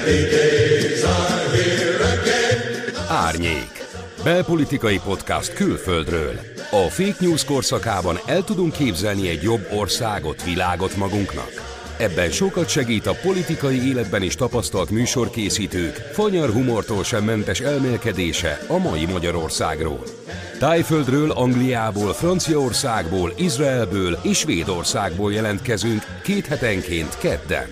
Árnyék. Belpolitikai podcast külföldről. A fake news korszakában el tudunk képzelni egy jobb országot, világot magunknak. Ebben sokat segít a politikai életben is tapasztalt műsorkészítők fanyar humortól sem mentes elmélkedése a mai Magyarországról. Tájföldről, Angliából, Franciaországból, Izraelből és Svédországból jelentkezünk 2 hetenként kedden.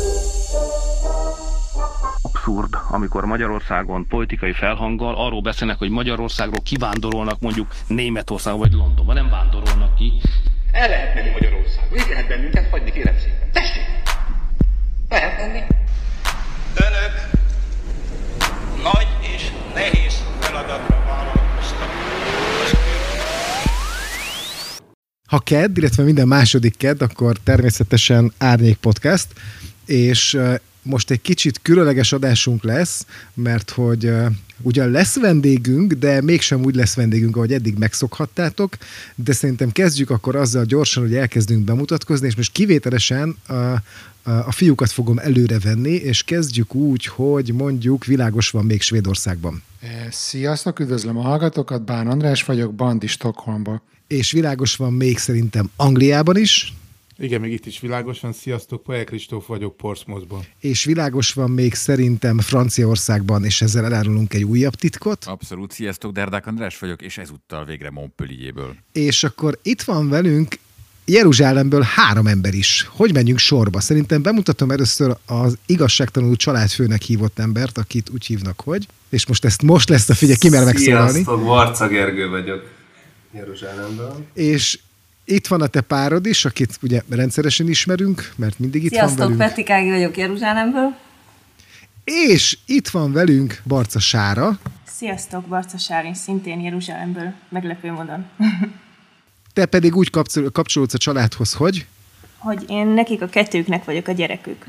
Abszurd, amikor Magyarországon politikai felhanggal arról beszélnek, hogy Magyarországról kivándorolnak mondjuk Németországba vagy Londonba, nem vándorolnak ki. El lehet menni Magyarországon, így lehet bennünket hagyni, kérem szépen. Tessék! Lehet menni. Önök nagy és nehéz feladatra vállalkoztak. Ha kedd, illetve minden második kedd, akkor természetesen Árnyék Podcast, és most egy kicsit különleges adásunk lesz, mert hogy ugyan lesz vendégünk, de mégsem úgy lesz vendégünk, ahogy eddig megszokhattátok, de szerintem kezdjük akkor azzal gyorsan, hogy elkezdünk bemutatkozni, és most kivételesen a fiúkat fogom előrevenni, és kezdjük úgy, hogy mondjuk világos van még Svédországban. Sziasztok, üdvözlöm a hallgatókat, Bán András vagyok, Bandi Stockholmba. És világos van még szerintem Angliában is. Igen, még itt is világos van. Sziasztok, Paje Kristóf vagyok Portsmouthban. És világos van még szerintem Franciaországban, és ezzel elárulunk egy újabb titkot. Abszolút, sziasztok, Derdák András vagyok, és ezúttal végre Montpellierből. És akkor itt van velünk Jeruzsálemből 3 ember is. Hogy menjünk sorba? Szerintem bemutatom először az igazságtalanul családfőnek hívott embert, akit úgy hívnak, hogy... És most lesz a figyelj, ki mer megszólalni. Sziasztok, Varca Gergő vagyok Jeruzsálemből. És itt van a te párod is, akit ugye rendszeresen ismerünk, mert mindig itt van velünk. Sziasztok, Peti Kági vagyok Jeruzsálemből. És itt van velünk Barca Sára. Sziasztok, Barca Sári, szintén Jeruzsálemből, meglepő módon. Te pedig úgy kapcsolódsz a családhoz, hogy? Hogy én nekik a 2-üknek vagyok a gyerekük.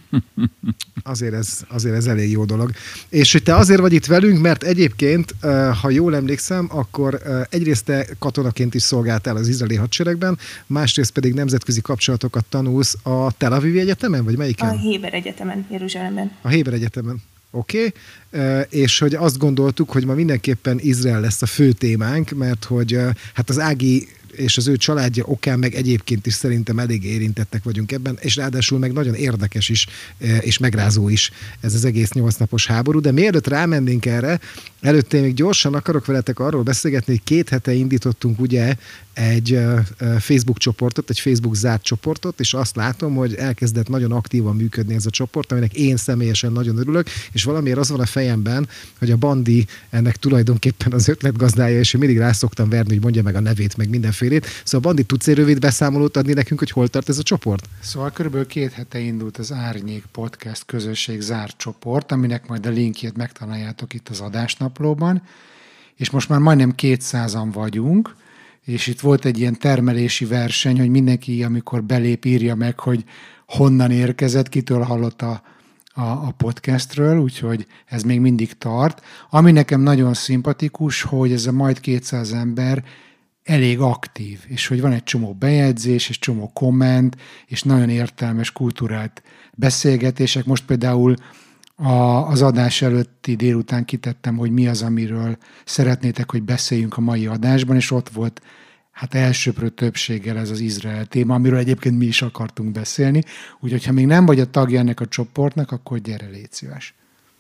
Azért ez elég jó dolog. És hogy te azért vagy itt velünk, mert egyébként, ha jól emlékszem, akkor egyrészt te katonaként is szolgáltál az izraeli hadseregben, másrészt pedig nemzetközi kapcsolatokat tanulsz a Tel Avivi Egyetemen, vagy melyiken? A Héber Egyetemen, Jeruzsálemben. A Héber Egyetemen. Oké. És hogy azt gondoltuk, hogy ma mindenképpen Izrael lesz a fő témánk, mert hogy hát az Ági és az ő családja okán meg egyébként is szerintem elég érintettek vagyunk ebben, és ráadásul meg nagyon érdekes is, és megrázó is ez az egész 8 napos háború, de mielőtt rámennénk erre, előtte még gyorsan akarok veletek arról beszélgetni, hogy 2 hete indítottunk ugye egy Facebook csoportot, egy Facebook zárt csoportot, és azt látom, hogy elkezdett nagyon aktívan működni ez a csoport, aminek én személyesen nagyon örülök, és valamiért az van a fejemben, hogy a Bandi ennek tulajdonképpen az ötletgazdája, és én mindig rá szoktam verni, hogy mondja meg a nevét, meg mindenfélét. Szóval Bandi, tudsz egy rövid beszámolót adni nekünk, hogy hol tart ez a csoport? Szóval körülbelül 2 hete indult az Árnyék Podcast közösség zárt csoport, aminek majd a linkjét megtaláljátok itt az adásnaplóban, és most már majdnem 200-an vagyunk, és itt volt egy ilyen termelési verseny, hogy mindenki, amikor belép, írja meg, hogy honnan érkezett, kitől hallott a podcastről, úgyhogy ez még mindig tart. Ami nekem nagyon szimpatikus, hogy ez a majd 200 ember elég aktív, és hogy van egy csomó bejegyzés, és csomó komment, és nagyon értelmes, kulturált beszélgetések. Most például az adás előtti délután kitettem, hogy mi az, amiről szeretnétek, hogy beszéljünk a mai adásban, és ott volt hát elsőprő többséggel ez az Izrael téma, amiről egyébként mi is akartunk beszélni. Úgyhogy ha még nem vagy a tagja ennek a csoportnak, akkor gyere, légy szíves.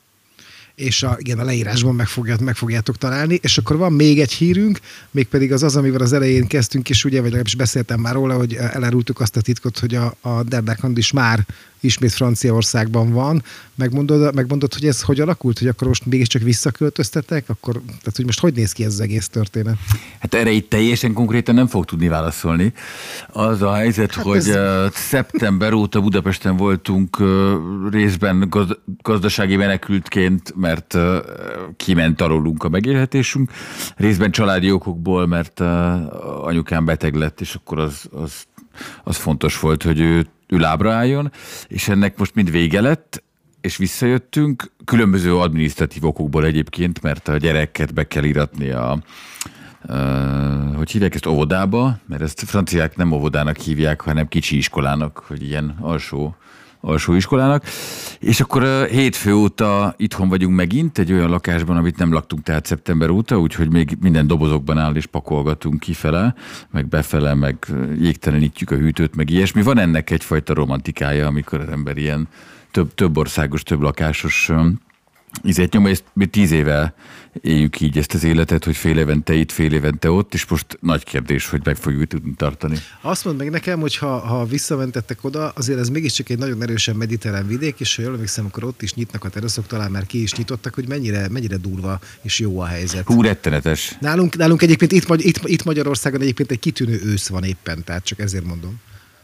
És igen, a leírásban meg fogjátok találni, és akkor van még egy hírünk, mégpedig az, amivel az elején kezdtünk, és ugye, vagy legalábbis beszéltem már róla, hogy elárultuk azt a titkot, hogy a Derdák is már ismét Franciaországban van. Megmondod, hogy ez hogy alakult, hogy akkor most mégiscsak visszaköltöztetek, akkor, tehát hogy most hogy néz ki ez az egész történet? Hát erre itt teljesen konkrétan nem fog tudni válaszolni. Az a helyzet, hogy szeptember óta Budapesten voltunk részben gazdasági menekültként, mert kiment alólunk a megélhetésünk, részben családi okokból, mert anyukám beteg lett, és akkor az fontos volt, hogy ő lábra álljon, és ennek most mind vége lett, és visszajöttünk, különböző adminisztratív okokból egyébként, mert a gyereket be kell íratni hogy hívják ezt, óvodába, mert ezt franciák nem óvodának hívják, hanem kicsi iskolának, hogy ilyen alsó alsóiskolának. És akkor hétfő óta itthon vagyunk megint, egy olyan lakásban, amit nem laktunk tehát szeptember óta, úgyhogy még minden dobozokban áll és pakolgatunk kifele, meg befele, meg jégtelenítjük a hűtőt, meg ilyesmi. Van ennek egyfajta romantikája, amikor az ember ilyen több országos, több lakásos ízét nyom, és mi 10 éve éljük így ezt az életet, hogy fél évente itt, fél évente ott, és most nagy kérdés, hogy meg fogjuk tudni tartani. Azt mondd meg nekem, hogy ha visszamentettek oda, azért ez mégiscsak egy nagyon erősen mediterrán vidék, és ha jól emlékszem, akkor ott is nyitnak a teraszok, talán már ki is nyitottak, hogy mennyire durva és jó a helyzet. Hú, rettenetes. Nálunk egyébként itt Magyarországon egyébként egy kitűnő ősz van éppen, tehát csak ezért mondom.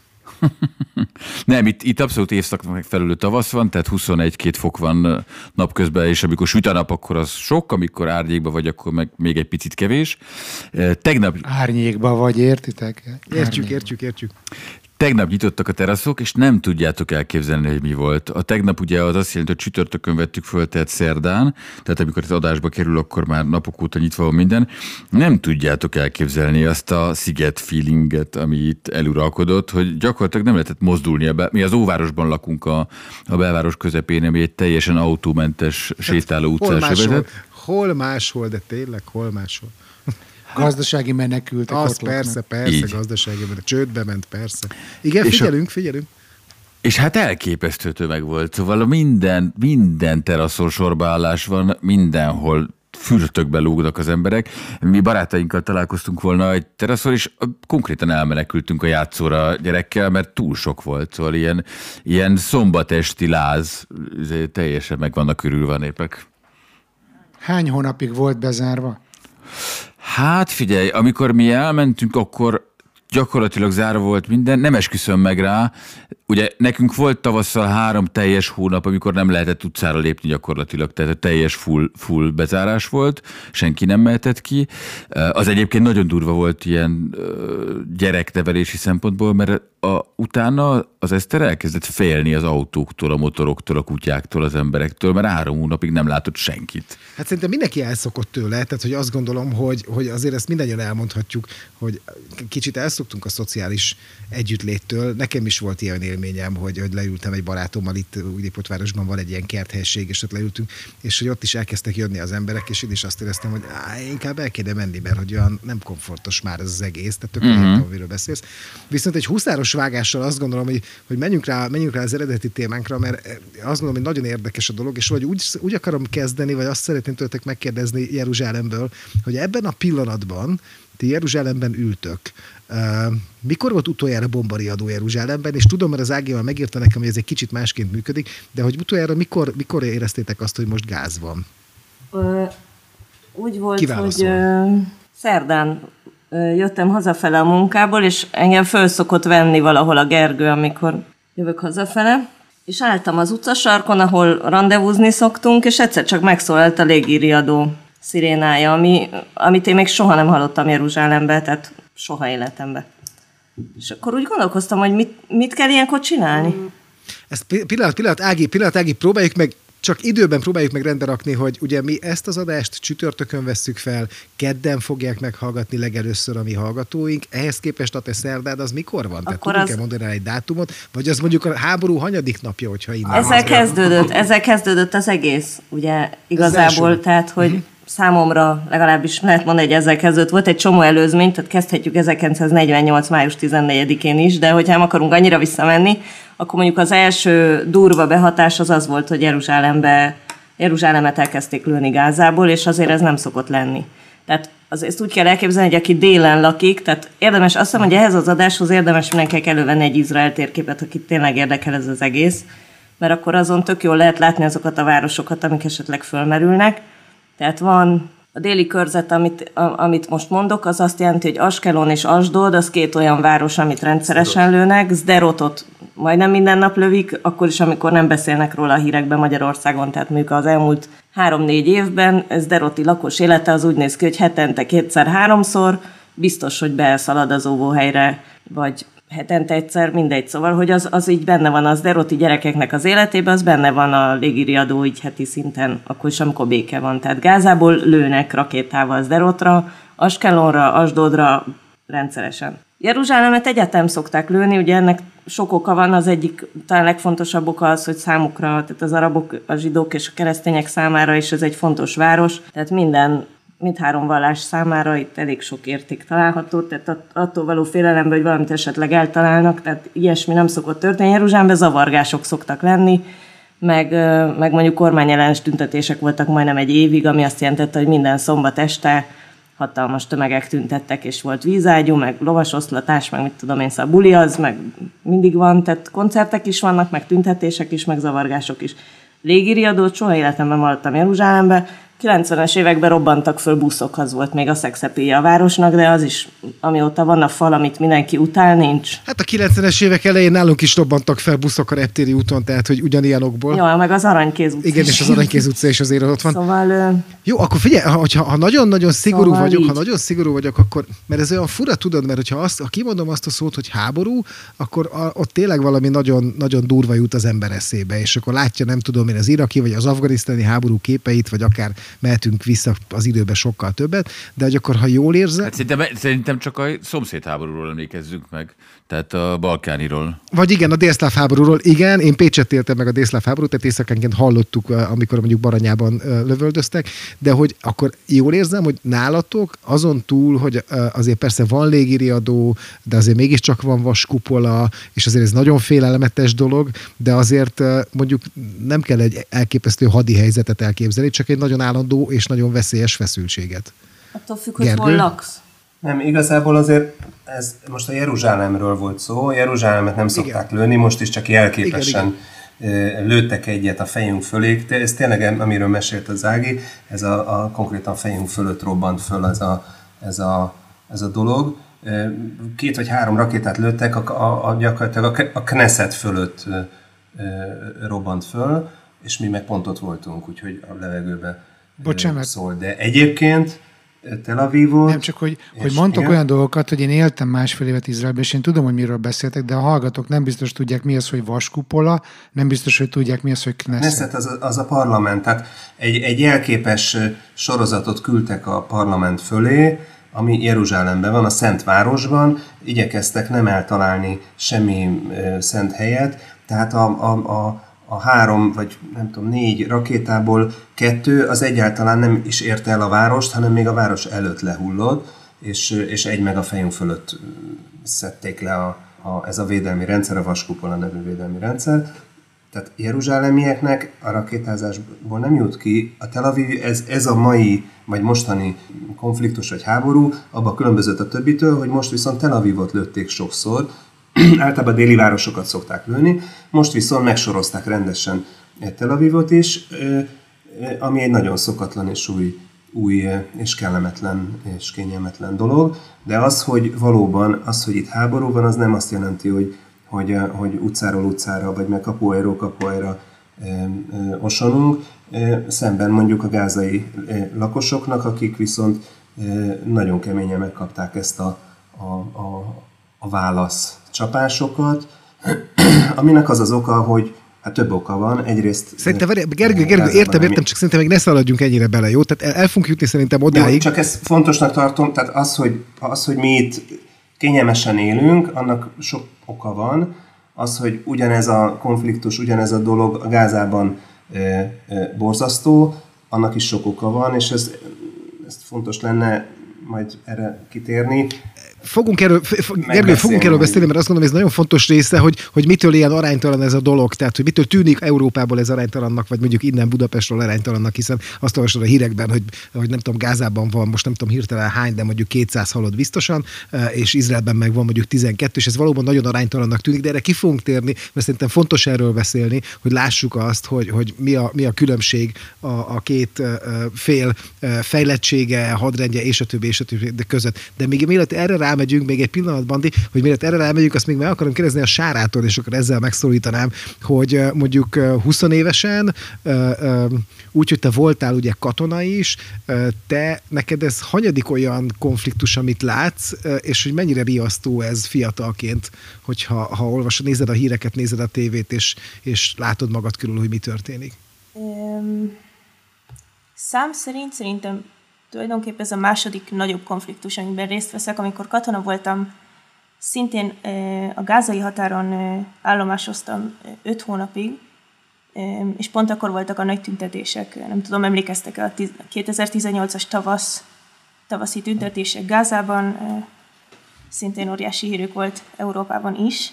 Nem, itt abszolút évszak megfelelő tavasz van, tehát 21-2 fok van napközben, és amikor süt a nap, akkor az sok, amikor árnyékban vagy, akkor meg még egy picit kevés. Tegnap... Árnyékban vagy, értitek? Értjük. Tegnap nyitottak a teraszok, és nem tudjátok elképzelni, hogy mi volt. A tegnap ugye az azt jelenti, hogy csütörtökön vettük föl, tehát szerdán, tehát amikor az adásba kerül, akkor már napok óta nyitva van minden. Nem tudjátok elképzelni azt a sziget feelinget, ami itt eluralkodott, hogy gyakorlatilag nem lehetett mozdulni. Mi az Óvárosban lakunk a belváros közepén, ami egy teljesen autómentes sétáló utcás övezet. Hol máshol, de tényleg hol máshol? Gazdasági menekültek ott persze, gazdasági menekültek. Csődbe ment, persze. Igen, figyelünk. És hát elképesztő tömeg volt. Szóval minden teraszon sorbaállás van, mindenhol fürtökbe lógnak az emberek. Mi barátainkkal találkoztunk volna egy teraszon, és konkrétan elmenekültünk a játszóra gyerekkel, mert túl sok volt. Szóval ilyen szombatesti láz, teljesen meg vannak körülve a népek. Hány hónapig volt bezárva? Hát figyelj, amikor mi elmentünk, akkor gyakorlatilag zárva volt minden, nem esküszöm meg rá. Ugye nekünk volt tavasszal 3 teljes hónap, amikor nem lehetett utcára lépni gyakorlatilag, tehát a teljes full bezárás volt, senki nem mehetett ki. Az egyébként nagyon durva volt ilyen gyereknevelési szempontból, mert utána az Eszter elkezdett félni az autóktól, a motoroktól, a kutyáktól, az emberektől, mert 3 hónapig nem látott senkit. Hát szerintem mindenki elszokott tőle, tehát hogy azt gondolom, hogy azért ezt mindannyian elmondhatjuk, hogy kicsit elszoktunk a szociális együttléttől. Nekem is volt ilyen élményem, hogy leültem egy barátommal, itt Újlipótvárosban van egy ilyen kerthelyiség, és ott leültünk, és hogy ott is elkezdtek jönni az emberek, és én is azt éreztem, hogy inkább el kéne menni, mert hogy olyan nem komfortos már ez az egész, tehát tökéletesen, amiről beszélsz. Viszont egy huszáros vágással azt gondolom, hogy menjünk rá az eredeti témánkra, mert azt gondolom, hogy nagyon érdekes a dolog, és vagy úgy akarom kezdeni, vagy azt szeretném tőletek megkérdezni Jeruzsálemből, hogy ebben a pillanatban ti Jeruzsálemben ültök. Mikor volt utoljára bombariadó Jeruzsálemben, és tudom, mert az Ágival megírta nekem, hogy ez egy kicsit másként működik, de hogy utoljára mikor éreztétek azt, hogy most gáz van? Úgy volt, hogy szerdán jöttem hazafele a munkából, és engem föl szokott venni valahol a Gergő, amikor jövök hazafele, és álltam az utcasarkon, ahol randevúzni szoktunk, és egyszer csak megszólalt a légiriadó szirénája, amit én még soha nem hallottam Jeruzsálemben, tehát soha életemben. És akkor úgy gondolkoztam, hogy mit kell ilyenkor csinálni? Ezt pillanat, Ági, próbáljuk meg, csak időben próbáljuk meg rendbe rakni, hogy ugye mi ezt az adást csütörtökön vesszük fel, kedden fogják meghallgatni legelőször a mi hallgatóink, ehhez képest a te szerdád az mikor van? Tehát tudunk-e mondani rá egy dátumot, vagy az mondjuk a háború hanyadik napja, hogyha innen ezzel kezdődött az egész, ugye igazából, tehát hogy számomra legalábbis lehet mondani, hogy ezzel kezdődött. Volt egy csomó előzmény, tehát kezdhetjük 1948. május 14-én is, de hogyha nem akarunk annyira visszamenni, akkor mondjuk az első durva behatás az volt, hogy Jeruzsálemet elkezdték lőni Gázából, és azért ez nem szokott lenni. Tehát ezt úgy kell elképzelni, hogy aki délen lakik, tehát érdemes, azt hiszem, hogy ehhez az adáshoz érdemes mindenkinek elővenni egy Izrael térképet, akit tényleg érdekel ez az egész, mert akkor azon tök jól lehet látni azokat a városokat, amik esetleg fölmerülnek. Tehát van a déli körzet, amit most mondok, az azt jelenti, hogy Askelon és Asdod, az 2 olyan város, amit rendszeresen lőnek. Szderotot majdnem minden nap lövik, akkor is, amikor nem beszélnek róla a hírekben Magyarországon. Tehát mondjuk az elmúlt 3-4 évben Szderoti lakos élete az úgy néz ki, hogy hetente 2-3-szor biztos, hogy beszalad az óvóhelyre, vagy hetente egyszer, mindegy. Szóval, hogy az így benne van az szderoti gyerekeknek az életében, az benne van a légiriadó így heti szinten, akkor is, amikor béke van. Tehát Gázából lőnek rakétával Szderotra, Askelonra, Asdodra rendszeresen. Jeruzsálemet egyáltalán szokták lőni, ugye ennek sok oka van, az egyik talán legfontosabb oka az, hogy számukra, tehát az arabok, a zsidók és a keresztények számára is ez egy fontos város, tehát mindhárom vallás számára itt elég sok érték található, tehát attól való félelemből, hogy valamit esetleg eltalálnak, tehát ilyesmi nem szokott történni. Jeruzsálemben zavargások szoktak lenni, meg mondjuk kormányellenes tüntetések voltak majdnem egy évig, ami azt jelentette, hogy minden szombat este hatalmas tömegek tüntettek, és volt vízágyú, meg lovasoszlatás, meg mit tudom én, szóval buli az, meg mindig van, tehát koncertek is vannak, meg tüntetések is, meg zavargások is. Légiriadót soha életemben hallottam Jeruzsálembe, 90-es években robbantak föl buszok, az volt még a szexepéje a városnak, de az is, amióta van a fal, amit mindenki utál, nincs. Hát a 90-es évek elején nálunk is robbantak fel buszok a reptéri úton, tehát hogy ugyanilyen okból. Jó, meg az Aranykéz utca. Igen, és az Aranykéz utca is azért ott van. Szóval... Jó, akkor figyelj, ha nagyon-nagyon szigorú vagyok, akkor, mert ez olyan fura, tudod, mert ha kimondom azt a szót, hogy háború, akkor ott tényleg valami nagyon, nagyon durva jut az ember eszébe, és akkor látja, nem tudom én, az iraki vagy az afganisztáni háború képeit, vagy akár mehetünk vissza az időbe sokkal többet, de hogy akkor, ha jól érzed... Hát szerintem csak a szomszédháborúról emlékezzünk meg, tehát a balkániról. Vagy igen, a délszláv háborúról, igen, én Pécset éltem meg a délszláv háborút, tehát éjszakánként hallottuk, amikor mondjuk Baranyában lövöldöztek, de hogy akkor jól érzem, hogy nálatok azon túl, hogy azért persze van légiriadó, de azért mégiscsak van vaskupola, és azért ez nagyon félelmetes dolog, de azért mondjuk nem kell egy elképesztő hadi helyzetet elképzelni, csak egy nagyon állandó és nagyon veszélyes feszültséget. Attól függ, hogy hol laksz. Nem, igazából azért ez most a Jeruzsálemről volt szó, Jeruzsálemet nem szokták lőni, most is csak jelképesen lőttek egyet a fejünk fölé. Ez tényleg, amiről mesélt az Ági, ez a konkrétan fejünk fölött robbant föl ez a dolog. 2 vagy 3 rakétát lőttek, gyakorlatilag a Knesset fölött robbant föl, és mi meg pont ott voltunk, úgyhogy a levegőbe szól. De egyébként Tel Avivot... Nem csak, hogy mondtok igen, olyan dolgokat, hogy én éltem 1,5 évet Izraelben, és én tudom, hogy miről beszéltek, de a hallgatók nem biztos tudják, mi az, hogy vaskupola, nem biztos, hogy tudják, mi az, hogy Knesset. Knesset az a parlament. Tehát egy jelképes sorozatot küldtek a parlament fölé, ami Jeruzsálemben van, a Szent Városban. Igyekeztek nem eltalálni semmi szent helyet, tehát a 3 vagy nem tudom 4 rakétából 2 az egyáltalán nem is érte el a várost, hanem még a város előtt lehullott, és egy meg a fejünk fölött szedték le ez a védelmi rendszer, a vaskupola nevű védelmi rendszer. Tehát jeruzsálemieknek a rakétázásból nem jut ki. A Tel Aviv, ez a mai, vagy mostani konfliktus vagy háború, abban különbözött a többitől, hogy most viszont Tel Avivot lőtték sokszor, általában déli városokat szokták lőni, most viszont megsorozták rendesen Tel Avivot is, ami egy nagyon szokatlan és új és kellemetlen és kényelmetlen dolog, de az, hogy valóban, hogy itt háború van, az nem azt jelenti, hogy utcáról utcára, vagy meg kapuajra osonunk, szemben mondjuk a gázai lakosoknak, akik viszont nagyon keményen megkapták ezt a válaszcsapásokat, aminek az az oka, hogy hát több oka van. Egyrészt... Szerintem, Gergő, értem, csak szerintem még ne szaladjunk ennyire bele, jó? Tehát el fogunk jutni szerintem odáig. Jó, csak ezt fontosnak tartom, tehát az, hogy mi itt kényelmesen élünk, annak sok oka van. Az, hogy ugyanez a konfliktus, ugyanez a dolog a Gázában borzasztó, annak is sok oka van, és ezt fontos lenne majd erre kitérni. Fogunk erről beszélni, mert azt gondolom, ez nagyon fontos része, hogy mitől ilyen aránytalan ez a dolog, tehát hogy mitől tűnik Európából ez aránytalannak, vagy mondjuk innen Budapestről aránytalannak, hiszen azt olvasod a hírekben, hogy nem tudom, Gázában van, most nem tudom hirtelen hány, de mondjuk 200 halott biztosan, és Izraelben meg van mondjuk 12, és ez valóban nagyon aránytalannak tűnik, de erre ki fogunk térni, mert szerintem fontos erről beszélni, hogy lássuk azt, hogy mi a különbség a két fél fejlettsége, hadrendje és a többi között. De még mielőtt erre rámegyünk, még egy pillanat, Bandi, hogy mielőtt erre rámegyünk, azt még meg akarom kérdezni a Sárától, és akkor ezzel megszólítanám, hogy mondjuk 20 évesen, úgy, hogy te voltál ugye katona is, neked ez hanyadik olyan konfliktus, amit látsz, és hogy mennyire riasztó ez fiatalként, hogyha olvasod, nézed a híreket, nézed a tévét, és látod magad körül, hogy mi történik? Szám szerint szerintem tulajdonképpen ez a második nagyobb konfliktus, amiben részt veszek. Amikor katona voltam, Szintén a gázai határon állomásoztam 5 hónapig, és pont akkor voltak a nagy tüntetések. Nem tudom, emlékeztek a 2018-as tavaszi tüntetések Gázában, szintén óriási hírük volt Európában is.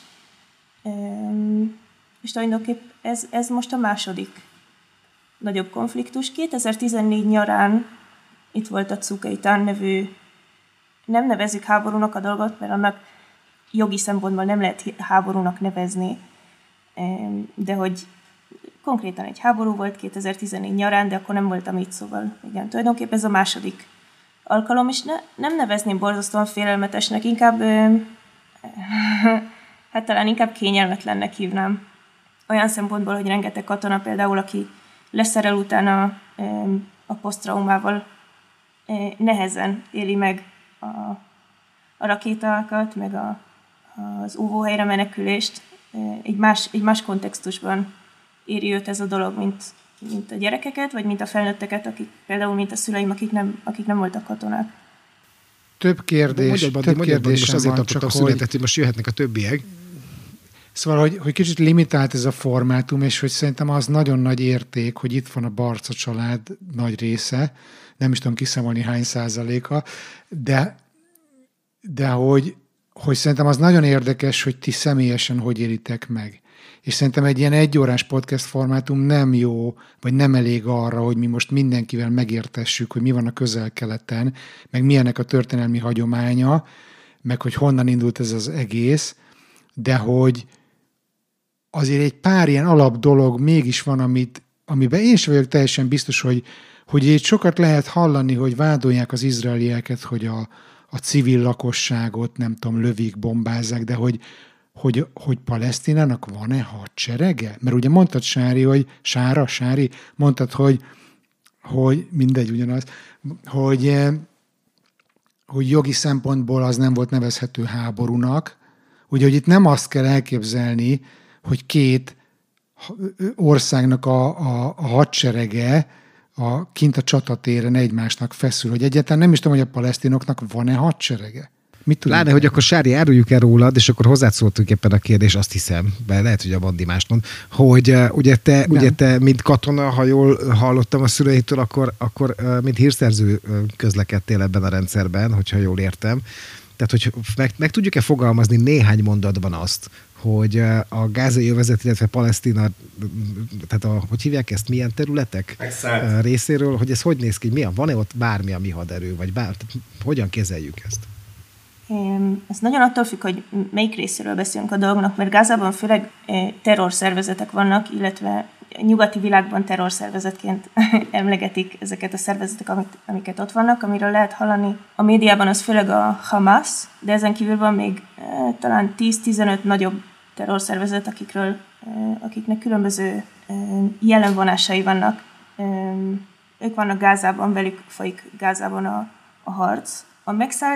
És tulajdonképp ez most a második nagyobb konfliktus. 2014 nyarán itt volt a Cukeitan nevű, nem nevezzük háborúnak a dolgot, mert annak jogi szempontból nem lehet háborúnak nevezni, de hogy konkrétan egy háború volt 2014 nyarán, de akkor nem voltam itt, szóval igen, tulajdonképpen ez a második alkalom, és nem nevezném borzasztóan félelmetesnek, inkább hát talán inkább kényelmetlennek hívnám. Olyan szempontból, hogy rengeteg katona például, aki leszerel utána a posztraumával, nehezen éli meg a rakétákat, meg az óvóhelyre menekülést. Egy más kontextusban éri őt ez a dolog, mint a gyerekeket, vagy mint a felnőtteket, akik például, mint a szüleim, akik nem voltak katonák. Több kérdés most azért tartottam szünetet, hogy most jöhetnek a többiek. Szóval, hogy kicsit limitált ez a formátum, és hogy szerintem az nagyon nagy érték, hogy itt van a Barca család nagy része, nem is tudom kiszámolni hány százaléka, de hogy szerintem az nagyon érdekes, hogy ti személyesen hogy élitek meg. És szerintem egy ilyen 1 órás podcast formátum nem jó, vagy nem elég arra, hogy mi most mindenkivel megértessük, hogy mi van a Közel-Keleten, meg milyenek a történelmi hagyománya, meg hogy honnan indult ez az egész, de hogy azért egy pár ilyen alap dolog mégis van, amiben én sem vagyok teljesen biztos, hogy itt sokat lehet hallani, hogy vádolják az izraelieket, hogy a civil lakosságot, nem tudom, lövik, bombázzák, de hogy Palesztinának van-e hadserege? Mert ugye mondtad, Sári, mondtad, hogy mindegy ugyanaz, hogy jogi szempontból az nem volt nevezhető háborúnak. Ugye, hogy itt nem azt kell elképzelni, hogy 2 országnak a hadserege kint a csatatéren egymásnak feszül, hogy egyáltalán nem is tudom, hogy a palesztinoknak van-e hadserege. Pláne, hogy akkor Sári, áruljuk el rólad, és akkor hozzászóltunk éppen a kérdés, azt hiszem, mert lehet, hogy a Bandi mást mond, hogy ugye te, mint katona, ha jól hallottam a szüleitől, akkor mint hírszerző közlekedtél ebben a rendszerben, hogyha jól értem. Tehát, hogy meg tudjuk-e fogalmazni néhány mondatban azt, hogy a gázai övezet, illetve Palesztina, tehát hogy hívják ezt, milyen területek részéről, hogy ez hogy néz ki, van-e ott bármi a mi haderő, vagy hogyan kezeljük ezt? Ez nagyon attól függ, hogy melyik részéről beszélünk a dolgnak, mert Gázában főleg terrorszervezetek vannak, illetve nyugati világban terrorszervezetként emlegetik ezeket a szervezetek, amiket ott vannak, amiről lehet hallani. A médiában az főleg a Hamas, de ezen kívül van még talán 10-15 nagyobb terrorszervezet, akiknek különböző jellemvonásai vannak. Ők vannak Gázában, velük folyik Gázában a harc. A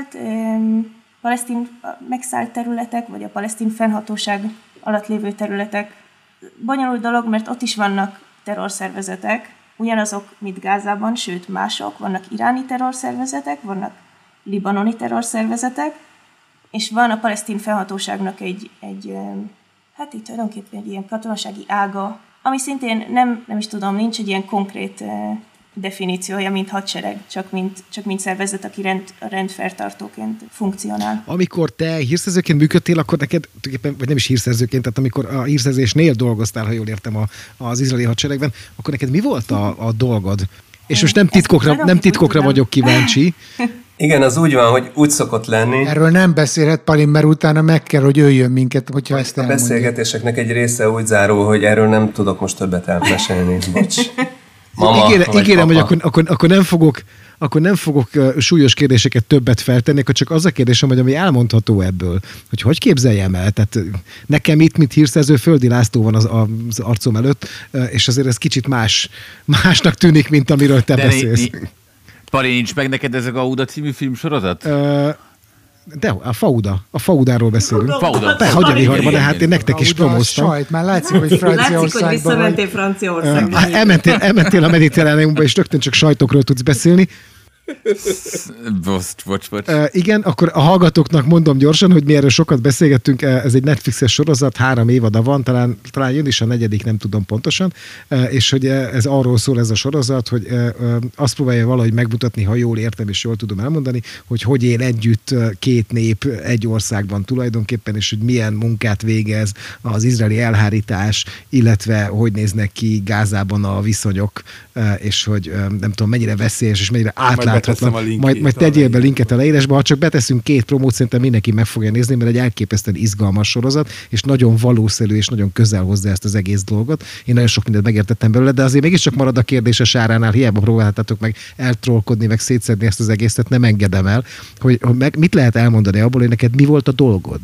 megszállt területek, vagy a palesztin fennhatóság alatt lévő területek bonyolult dolog, mert ott is vannak terrorszervezetek, ugyanazok, mint Gázában, sőt mások, vannak iráni terrorszervezetek, vannak libanoni terrorszervezetek, és van a palesztin fennhatóságnak hát itt tulajdonképpen egy ilyen katonasági ága, ami szintén nem is tudom, nincs egy ilyen konkrét definíciója, mint hadsereg, csak mint szervezet, aki rendfertartóként funkcionál. Amikor te hírszerzőként működtél, akkor neked, vagy nem is hírszerzőként, tehát amikor a hírszerzésnél dolgoztál, ha jól értem az izraeli hadseregben, akkor neked mi volt a dolgod? És most nem titkokra vagyok kíváncsi. Igen, az úgy van, hogy úgy szokott lenni. Erről nem beszélhet Palin, mert utána meg kell, hogy jöjjön minket, hogyha ezt elmondja. A beszélgetéseknek egy része úgy zárul, hogy erről nem tudok most többet elmesélni. Bocs. Mama, ígérem, hogy akkor nem fogok súlyos kérdéseket többet feltenni, akkor csak az a kérdésem, hogy ami elmondható ebből, hogy képzeljem el. Tehát nekem itt, mint hírszerző, Földi László van az arcom előtt, és azért ez kicsit másnak tűnik, mint amiről te beszélsz. Pali, nincs meg neked ez a Gauda című filmsorozat? De a Faudáról beszélünk. Fauda. Hogy a viharban, de hát én nektek is promóztam. Sajt, már látszik, hogy Franciaországban. Látszik, hogy visszamentél Franciaországba. Elmentél a Mediterráneumba, és rögtön csak sajtokról tudsz beszélni. Bocs. Igen, akkor a hallgatóknak mondom gyorsan, hogy mi erről sokat beszélgettünk, ez egy Netflixes sorozat, 3 évada van, talán jön is a 4., nem tudom pontosan, és hogy ez arról szól ez a sorozat, hogy azt próbálja valahogy megmutatni, ha jól értem és jól tudom elmondani, hogy él együtt 2 nép egy országban tulajdonképpen, és hogy milyen munkát végez az izraeli elhárítás, illetve hogy néznek ki Gázában a viszonyok, és hogy nem tudom, mennyire veszélyes, és mennyire átláthatatlan. Majd tegyél be linket a leírásba, ha csak beteszünk 2 promót, szerintem mindenki meg fogja nézni, mert egy elképesztően izgalmas sorozat, és nagyon valószerű, és nagyon közel hozzá ezt az egész dolgot. Én nagyon sok mindent megértettem belőle, de azért mégiscsak marad a kérdés a Sáránál, hiába próbáltátok meg eltrollkodni, meg szétszedni ezt az egészet, nem engedem el, hogy mit lehet elmondani abból, hogy neked mi volt a dolgod?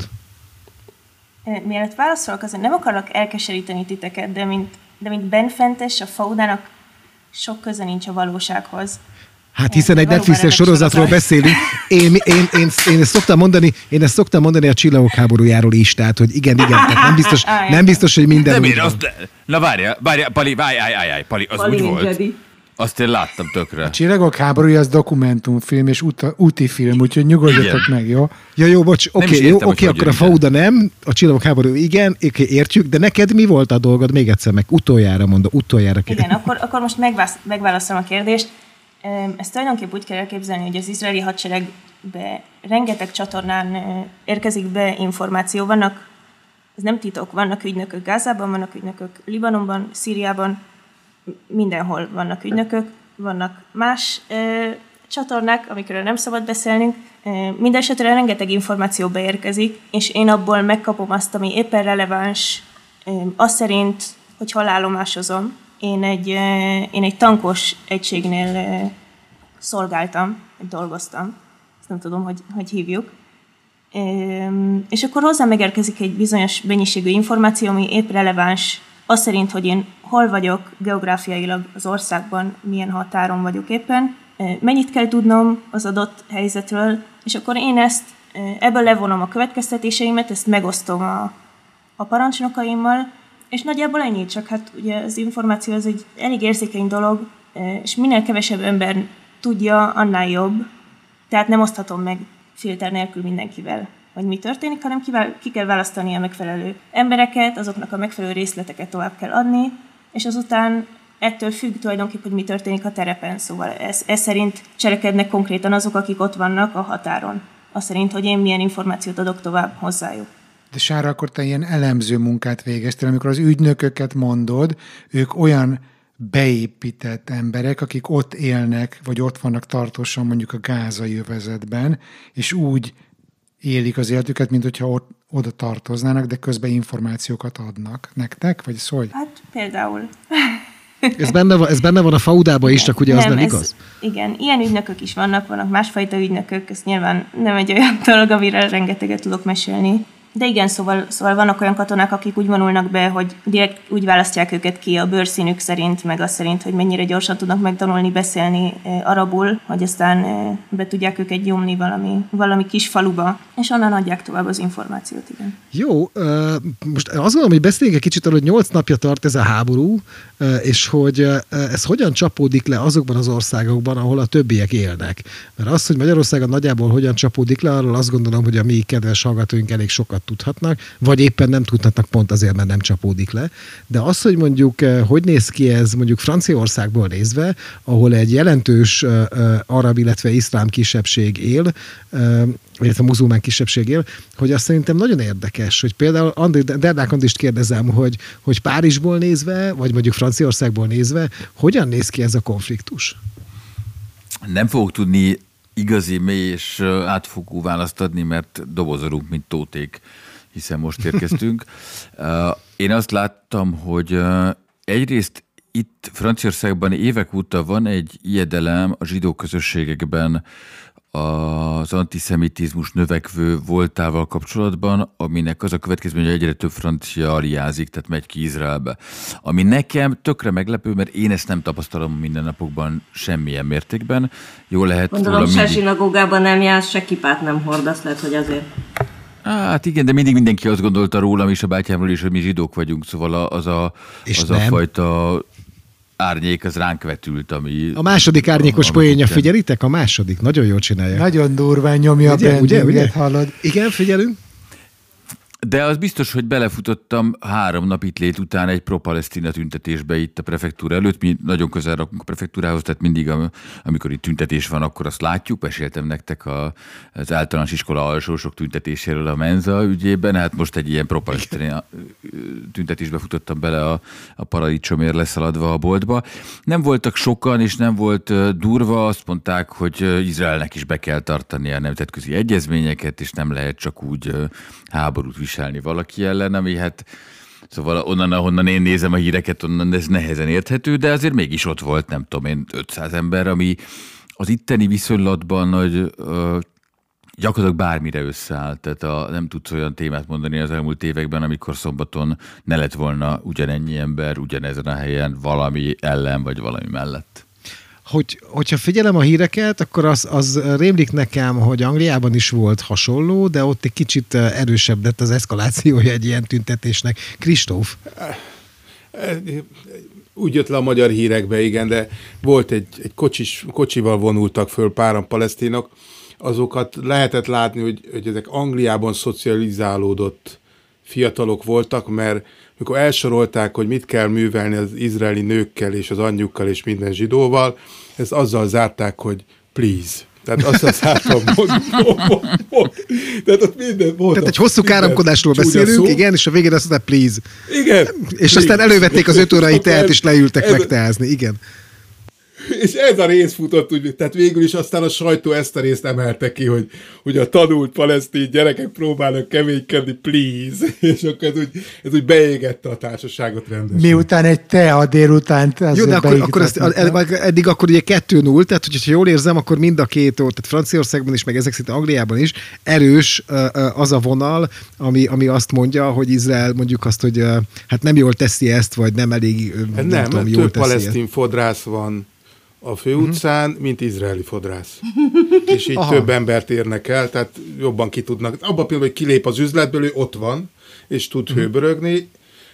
Mielőtt válaszolok, azért nem akarok elkeseríteni titeket, de mint benfentes, a Faudának sok köze nincs a valósághoz. Hát hiszen egy Netflixes sorozatról beszélünk. Én ezt szoktam mondani a Csillagok háborújáról is, tehát, hogy igen, tehát nem biztos, hogy minden úgy van. Na várja, Pali, az úgy volt. Azt én láttam tökre. A Csillagok háborúja az dokumentumfilm és úti film, úgyhogy nyugodjatok meg, jó? Ja, jó, bocs, oké, akkor a Fauda nem, a Csillagok háború igen, értjük, de neked mi volt a dolgod? Még egyszer meg utoljára mondom, Igen, akkor most megválaszolom a kérdést. Ezt tulajdonképpen úgy kell elképzelni, hogy az izraeli hadseregbe rengeteg csatornán érkezik be információ. Ez nem titok, vannak ügynökök Gázában, vannak ügynökök Libanonban, Szíriában, mindenhol vannak ügynökök, vannak más csatornák, amikről nem szabad beszélnünk. Mindenesetre rengeteg információ beérkezik, és én abból megkapom azt, ami éppen releváns, azt szerint, hogy hol állomásozom. Én egy tankos egységnél szolgáltam, dolgoztam, ezt nem tudom, hogy hívjuk. És akkor hozzá megérkezik egy bizonyos mennyiségű információ, ami épp releváns, az szerint, hogy én hol vagyok geográfiailag az országban, milyen határon vagyok éppen, mennyit kell tudnom az adott helyzetről, és akkor én ebből levonom a következtetéseimet, ezt megosztom a parancsnokaimmal, és nagyjából ennyi, csak hát ugye az információ az egy elég érzékeny dolog, és minél kevesebb ember tudja, annál jobb. Tehát nem oszthatom meg filter nélkül mindenkivel, hogy mi történik, hanem ki kell választani a megfelelő embereket, azoknak a megfelelő részleteket tovább kell adni, és azután ettől függ tulajdonképpen, hogy mi történik a terepen. Szóval ez szerint cselekednek konkrétan azok, akik ott vannak a határon. Az szerint, hogy én milyen információt adok tovább hozzájuk. De Sára, akkor te ilyen elemző munkát végeztél, amikor az ügynököket mondod, ők olyan beépített emberek, akik ott élnek, vagy ott vannak tartósan mondjuk a gázai övezetben, és úgy élik az életüket, mint hogyha oda tartoznának, de közben információkat adnak nektek, vagy szólj? Hát például. Ez benne van a Faudában is, csak ugye az nem igaz? Igen, ilyen ügynökök is vannak másfajta ügynökök, ez nyilván nem egy olyan dolog, amire rengeteget tudok mesélni. De igen, szóval vannak olyan katonák, akik úgy vonulnak be, hogy direkt úgy választják őket ki a bőrszínük szerint, meg az szerint, hogy mennyire gyorsan tudnak megtanulni beszélni arabul, hogy aztán be tudják őket gyomni valami kis faluba, és onnan adják tovább az információt, igen. Jó, most azt gondolom, hogy beszéljünk egy kicsit arról, hogy 8 napja tart ez a háború, és hogy ez hogyan csapódik le azokban az országokban, ahol a többiek élnek. Mert az, hogy Magyarországon nagyjából hogyan csapódik le, arról azt gondolom, hogy a mi kedves hallgatóink elég sokat tudhatnak, vagy éppen nem tudhatnak pont azért, mert nem csapódik le. De az, hogy mondjuk hogy néz ki ez mondjuk Franciaországból nézve, ahol egy jelentős arab, illetve iszlám kisebbség él, illetve muzulmán kisebbség él, hogy azt szerintem nagyon érdekes, hogy például Derdák Andrist kérdezem, hogy Párizsból nézve, vagy mondjuk Franciaországból nézve, hogyan néz ki ez a konfliktus? Nem fogok tudni igazi, mély és átfogó választ adni, mert dobozolunk, mint tóték, hiszen most érkeztünk. Én azt láttam, hogy egyrészt itt Franciaországban évek óta van egy ijedelem a zsidó közösségekben az antiszemitizmus növekvő voltával kapcsolatban, aminek az a következmény, hogy egyre több francia aliázik, tehát megy ki Izraelbe. Ami nekem tökre meglepő, mert én ezt nem tapasztalom mindennapokban semmilyen mértékben. Jól lehet gondolom, se zsinagógában nem jársz, se kipát nem hordasz, lehet, hogy azért. Hát igen, de mindig mindenki azt gondolta rólam és a bátyámról is, hogy mi zsidók vagyunk, szóval az a fajta árnyék az ránk vetült, ami... A második árnyékos poénja, figyelitek? A második, nagyon jól csinálja. Nagyon durván nyomja a brandinget, hallod? Igen, figyelünk. De az biztos, hogy belefutottam 3 nap itt lét után egy pro-palesztina tüntetésbe itt a prefektúra előtt. Mi nagyon közel rakunk a prefektúrához, tehát mindig, amikor itt tüntetés van, akkor azt látjuk. Meséltem nektek az általános iskola alsósok tüntetéséről a Menza ügyében. Hát most egy ilyen pro-palesztina tüntetésbe futottam bele a paradicsomért leszaladva a boltba. Nem voltak sokan, és nem volt durva. Azt mondták, hogy Izraelnek is be kell tartani a nemzetközi egyezményeket, és nem lehet csak úgy háborút viselni valaki ellen, ami hát szóval onnan, ahonnan én nézem a híreket, onnan ez nehezen érthető, de azért mégis ott volt, nem tudom én, 500 ember, ami az itteni viszonylatban nagy gyakorlatilag bármire összeáll. Tehát nem tudsz olyan témát mondani az elmúlt években, amikor szombaton ne lett volna ugyanennyi ember ugyanezen a helyen valami ellen vagy valami mellett. Hogyha figyelem a híreket, akkor az rémlik nekem, hogy Angliában is volt hasonló, de ott egy kicsit erősebb lett az eszkalációja egy ilyen tüntetésnek. Kristóf? Úgy jött le a magyar hírekbe, igen, de volt egy kocsival vonultak föl páran palesztinok. Azokat lehetett látni, hogy ezek Angliában szocializálódott fiatalok voltak, mert amikor elsorolták, hogy mit kell művelni az izraeli nőkkel és az anyjukkal és minden zsidóval, ezt azzal zárták, hogy please. Tehát azzal zártam, Tehát ott minden volt. Tehát egy hosszú káromkodásról beszélünk, igen, és a végén azt mondták, please. Igen. És aztán elővették az 5 órai teát, és leültek megteázni, igen. És ez a rész futott úgy, tehát végül is aztán a sajtó ezt a részt emelte ki, hogy a tanult palesztin gyerekek próbálnak keménykedni, please. És akkor ez úgy beégette a társaságot rendesen. Miután egy tea délután... Jó, de eddig akkor ugye 2-0, tehát hogyha jól érzem, akkor mind a két, tehát Franciaországban is, meg ezek szerint Angliában is erős az a vonal, ami azt mondja, hogy Izrael mondjuk azt, hogy hát nem jól teszi ezt, vagy nem elég nem tudom, jól teszi palesztin fodrász van a főutcán, mint izraeli fodrász. És így több embert érnek el, tehát jobban ki tudnak. Abban a pillanatban, hogy kilép az üzletből, ő ott van, és tud hőbörögni.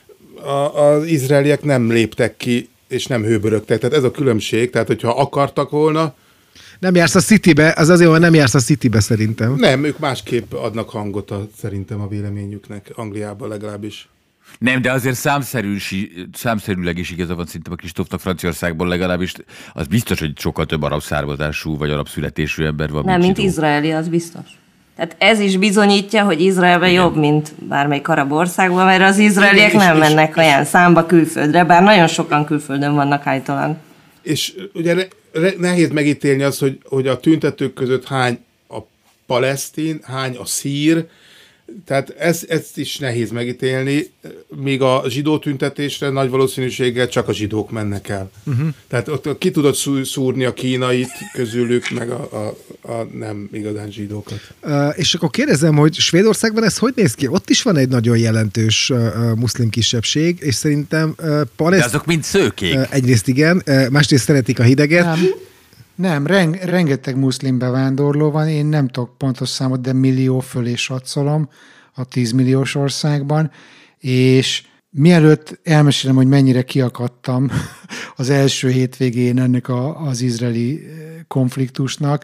Az izraeliek nem léptek ki, és nem hőbörögtek. Tehát ez a különbség. Tehát, hogyha akartak volna... Nem jársz a Citybe, az azért, hogy nem jársz a Citybe szerintem. Nem, ők másképp adnak hangot szerintem a véleményüknek, Angliában legalábbis. Nem, de azért számszerűleg is igaza van szerintem a Kristófnak, Franciaországból legalábbis. Az biztos, hogy sokkal több arab származású vagy arab születésű ember van. Nem, mint izraeli, az biztos. Tehát ez is bizonyítja, hogy Izraelben jobb, mint bármelyik arab országban, mert az izraeliek nem mennek olyan számba külföldre, bár nagyon sokan külföldön vannak állítólag. És ugye nehéz megítélni azt, hogy a tüntetők között hány a palesztin, hány a szír, tehát ezt is nehéz megítélni, míg a zsidó tüntetésre nagy valószínűséggel csak a zsidók mennek el. Tehát ott ki tudod szúrni a kínait közülük, meg a nem igazán zsidókat. És akkor kérdezem, hogy Svédországban ez hogy néz ki? Ott is van egy nagyon jelentős muszlim kisebbség, és szerintem de azok mind szőkék. Egyrészt igen, másrészt szeretik a hideget. Nem, rengeteg muszlim bevándorló van, én nem tudok pontos számot, de millió fölé satszolom a 10 milliós országban, és mielőtt elmesélem, hogy mennyire kiakadtam az első hétvégén ennek az izraeli konfliktusnak,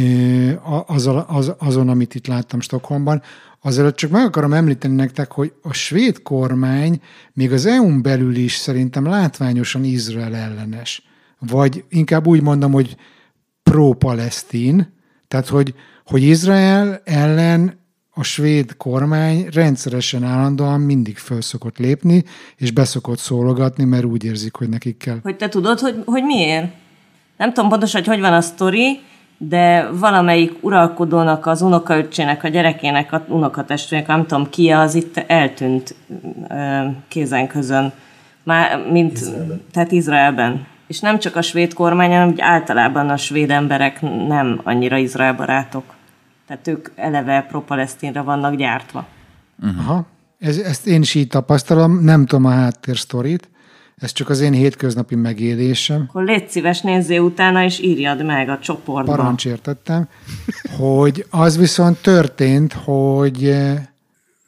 azon, amit itt láttam Stockholmban, azelőtt csak meg akarom említeni nektek, hogy a svéd kormány még az EU-n belül is szerintem látványosan Izrael ellenes. Vagy inkább úgy mondom, hogy pro-palesztin, tehát hogy Izrael ellen a svéd kormány rendszeresen állandóan mindig föl szokott lépni, és beszokott szólogatni, mert úgy érzik, hogy nekik kell. Hogy te tudod, hogy miért? Nem tudom pontosan, hogy van a sztori, de valamelyik uralkodónak, az unokaöccsének, a gyerekének, a unokatestvének, nem tudom ki, az itt eltűnt kézen közön. Tehát Izraelben. És nem csak a svéd kormány, hanem hogy általában a svéd emberek nem annyira Izrael barátok. Tehát ők eleve pro-palesztinra vannak gyártva. Aha. Ezt én is így tapasztalom, nem tudom a háttérsztorit, ez csak az én hétköznapi megélésem. Akkor légy szíves, nézzél utána, és írjad meg a csoportba. Parancsértettem, hogy az viszont történt, hogy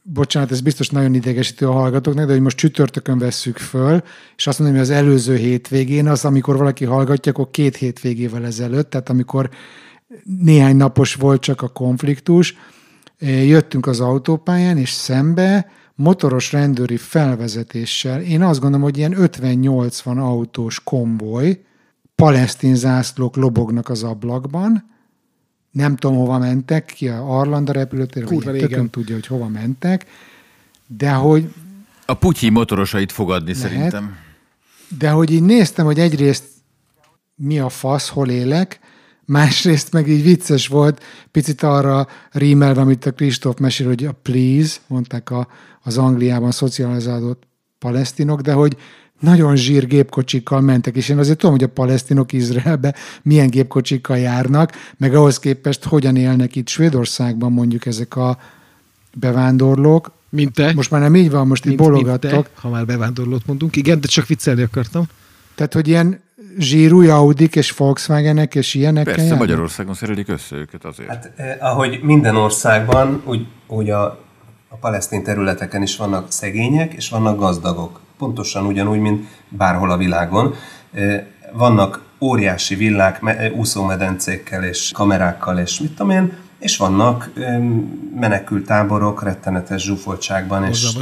bocsánat, ez biztos nagyon idegesítő a hallgatóknak, de hogy most csütörtökön vesszük föl, és azt mondom, hogy az előző hétvégén, az, amikor valaki hallgatja, akkor 2 hétvégével ezelőtt, tehát amikor néhány napos volt csak a konfliktus, jöttünk az autópályán, és szembe motoros rendőri felvezetéssel, én azt gondolom, hogy ilyen 50-80 autós konvoj, palesztin zászlók lobognak az ablakban, nem tudom, hova mentek, ki a Arlanda repülőtérre, vagy tököm tudja, hogy hova mentek, de hogy... A Putyi motorosait fogadni lehet, szerintem. De hogy így néztem, hogy egyrészt mi a fasz, hol élek, másrészt meg így vicces volt, picit arra rímelve, amit a Kristóf mesél, hogy a please, mondták az Angliában szocializálódott palesztinok, de hogy nagyon zsír gépkocsikkal mentek, és én azért tudom, hogy a palesztinok Izraelbe milyen gépkocsikkal járnak, meg ahhoz képest hogyan élnek itt Svédországban mondjuk ezek a bevándorlók. Mint te? Most már nem így van, most így bologattok. Ha már bevándorlót mondunk. Igen, de csak viccelni akartam. Tehát, hogy ilyen zsírúj Audik és Volkswagenek és ilyenekkel Persze, járnak? Magyarországon szerelik össze őket azért. Hát, ahogy minden országban, úgy a palesztin területeken is vannak szegények, és vannak gazdagok. Pontosan ugyanúgy, mint bárhol a világon. Vannak óriási villák, úszómedencékkel és kamerákkal, és mit tudom én, és vannak menekülttáborok rettenetes zsúfoltságban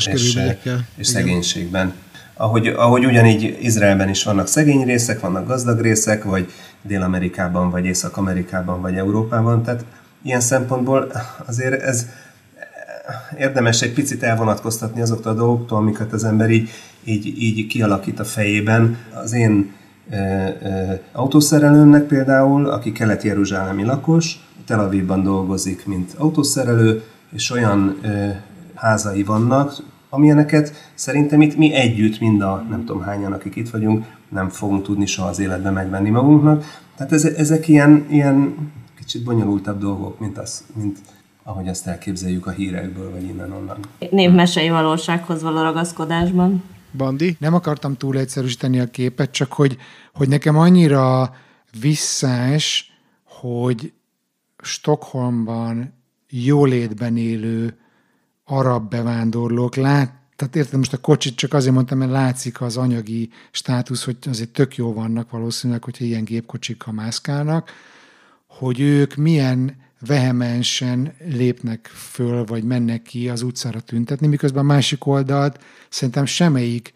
és szegénységben. Ahogy ugyanígy Izraelben is vannak szegény részek, vannak gazdag részek, vagy Dél-Amerikában, vagy Észak-Amerikában, vagy Európában. Tehát ilyen szempontból azért ez érdemes egy picit elvonatkoztatni azoktól a dolgoktól, amiket az ember így kialakít a fejében. Az én autószerelőmnek például, aki kelet-jeruzsálemi lakos, Tel Avivban dolgozik, mint autószerelő, és olyan házai vannak, amilyeneket szerintem itt mi együtt, mind a nem tudom hányan, akik itt vagyunk, nem fogunk tudni soha az életben megvenni magunknak. Tehát ezek ilyen kicsit bonyolultabb dolgok, mint ahogy azt elképzeljük a hírekből, vagy innen-onnan. Népmesei valósághoz való ragaszkodásban. Bandi? Nem akartam túl egyszerűsíteni a képet, csak hogy nekem annyira visszás, hogy Stockholmban jólétben élő arab bevándorlók tehát érted, most a kocsit csak azért mondtam, mert látszik az anyagi státusz, hogy azért tök jó vannak valószínűleg, hogyha ilyen gépkocsikkal mászkálnak, hogy ők milyen vehemensen lépnek föl, vagy mennek ki az utcára tüntetni, miközben a másik oldalt szerintem semmelyik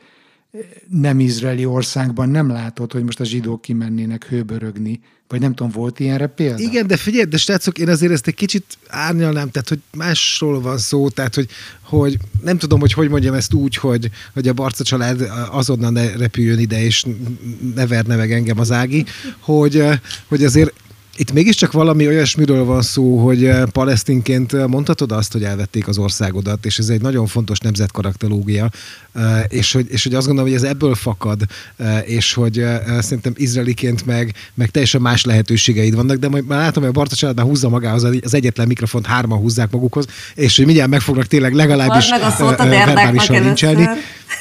nem izraeli országban nem látod, hogy most a zsidók kimennének hőbörögni, vagy nem tudom, volt ilyenre példa? Igen, de figyelj, de srácok, én azért ezt egy kicsit árnyalnám, tehát hogy másról van szó, tehát hogy nem tudom, hogy mondjam ezt úgy, hogy a Barca család azonnal ne repüljön ide, és ne verne meg engem az Ági, hogy azért itt mégiscsak valami olyasmiről van szó, hogy palesztinként mondhatod azt, hogy elvették az országodat, és ez egy nagyon fontos nemzetkarakterológia, és hogy azt gondolom, hogy ez ebből fakad, és hogy szerintem izraeliként meg teljesen más lehetőségeid vannak, de majd már látom, hogy a Barca családnál húzza magához az egyetlen mikrofont, 3-an húzzák magukhoz, és hogy mindjárt meg fognak tényleg legalábbis verbálisan lincselni.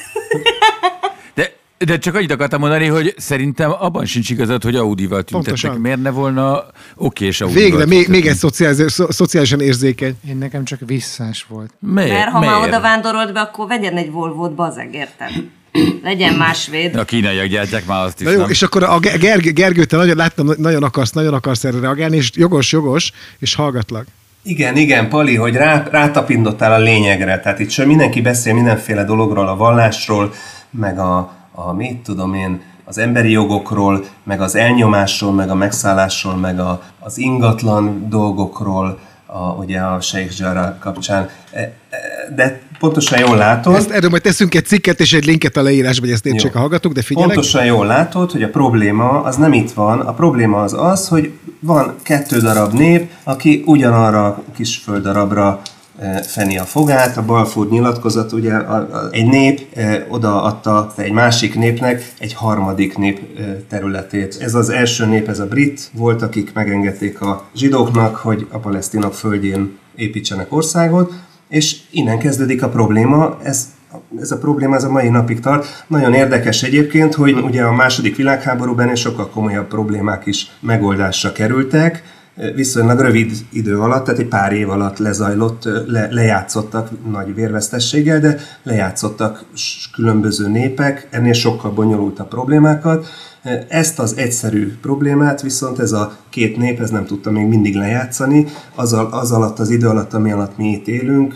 De csak annyit akartam mondani, hogy szerintem abban sincs igazad, hogy Audival tüntettek. Pontosan. Miért ne volna okés Audival Végre, tüntetni? még egy szociálisan érzékeny. Én nekem csak visszás volt. Mert ha már oda vándorolt be, akkor vegyen egy Volvót, bazeg, érted? Legyen más svéd. A kínaiak gyártják már azt is. Na jó, nem? és akkor a Gergő, te nagyon akarsz erre reagálni, és jogos, és hallgatlak. Igen, Pali, hogy rátapintottál a lényegre. Tehát itt sem mindenki beszél mindenféle dologról, a vallásról, meg mit tudom én, az emberi jogokról, meg az elnyomásról, meg a megszállásról, meg az ingatlan dolgokról, ugye a Sheikh Jarrah kapcsán. De pontosan jól látod... Erről majd teszünk egy cikket és egy linket a leírásba, hogy ezt értsék a hallgatók, de figyelek. Pontosan jól látod, hogy a probléma az nem itt van. A probléma az, hogy van 2 darab nép, aki ugyanarra a kis földdarabra feni a fogát. A Balfour nyilatkozat, ugye egy nép odaadta egy másik népnek egy harmadik nép területét. Ez az első nép, ez a brit volt, akik megengedték a zsidóknak, hogy a palesztinok földjén építsenek országot, és innen kezdődik a probléma. Ez a probléma ez a mai napig tart. Nagyon érdekes egyébként, hogy ugye a II. Világháborúban sokkal komolyabb problémák is megoldásra kerültek, viszonylag rövid idő alatt, tehát egy pár év alatt lezajlott, lejátszottak nagy vérvesztességgel, de lejátszottak különböző népek, ennél sokkal bonyolultabb problémákat. Ezt az egyszerű problémát viszont ez a két nép ez nem tudta még mindig lejátszani, az alatt az idő alatt, ami alatt mi itt élünk,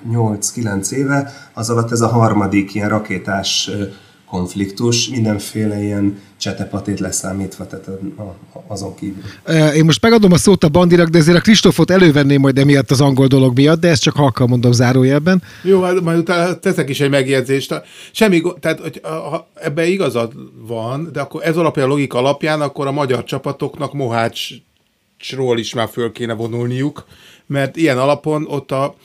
8-9 éve, az alatt ez a harmadik ilyen rakétás konfliktus, mindenféle ilyen csetepatét leszámítva, tehát azon kívül. Én most megadom a szót a Bandinak, de ezért a Kristófot elővenném majd emiatt az angol dolog miatt, de ezt csak halkan mondom zárójelben. Jó, majd utána teszek is egy megjegyzést. Tehát, hogy ha ebben igazad van, de akkor ez alapján, a logika alapján, akkor a magyar csapatoknak Mohácsról is már föl kéne vonulniuk, mert ilyen alapon ott a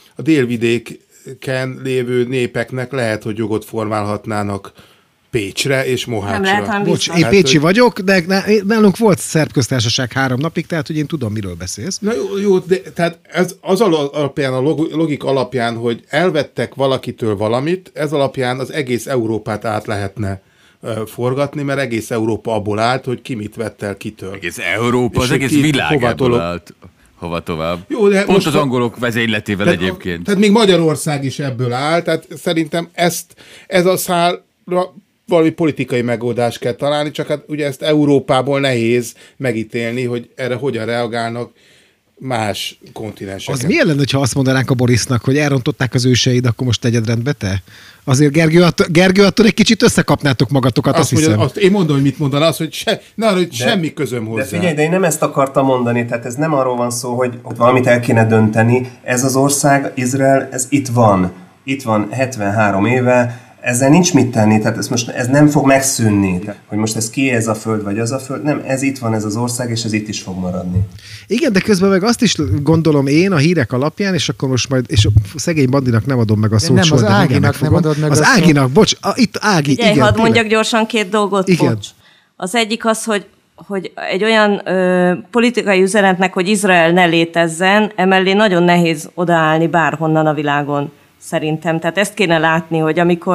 délvidéken lévő népeknek lehet, hogy jogot formálhatnának Pécsre és Mohácsra. Bocs, én pécsi vagyok, de nálunk volt szerb köztársaság 3 napig, tehát hogy én tudom, miről beszélsz. Na jó, de tehát ez az alapján, a logika alapján, hogy elvettek valakitől valamit, ez alapján az egész Európát át lehetne forgatni, mert egész Európa abból állt, hogy ki mit vett el kitől. Egész Európa, az egész világ ebből állt. Hova tovább? Jó, de pont az angolok vezényletével egyébként. Tehát még Magyarország is ebből áll, tehát szerintem ez a szálra valami politikai megoldást kell találni, csak hát ugye ezt Európából nehéz megítélni, hogy erre hogyan reagálnak más kontinenseken. Az milyen lenne, ha azt mondanánk a Borisnak, hogy elrontották az őseid, akkor most tegyed rendbe te? Azért Gergő, attól egy kicsit összekapnátok magatokat, azt hiszem. Én mondom, hogy mit mondaná, az, hogy semmi közöm hozzá. De figyelj, de én nem ezt akartam mondani, tehát ez nem arról van szó, hogy valamit el kéne dönteni. Ez az ország, Izrael, ez itt van. Itt van 73 éve, ezzel nincs mit tenni, tehát ez nem fog megszűnni, hogy most ez ki ez a föld, vagy az a föld, nem, ez itt van ez az ország, és ez itt is fog maradni. Igen, de közben meg azt is gondolom én a hírek alapján, és akkor most majd, és a szegény Bandinak nem adom meg a szót. Nem, az Áginak nem adod meg az Áginak, bocs, itt Ági, igen. Igen, hadd mondjak gyorsan 2 dolgot, igen. Bocs. Az egyik az, hogy egy olyan politikai üzenetnek, hogy Izrael ne létezzen, emellé nagyon nehéz odaállni bárhonnan a világon. Szerintem. Tehát ezt kéne látni, hogy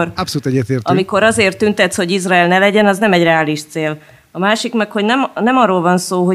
amikor azért tüntetsz, hogy Izrael ne legyen, az nem egy reális cél. A másik meg, hogy nem arról van szó,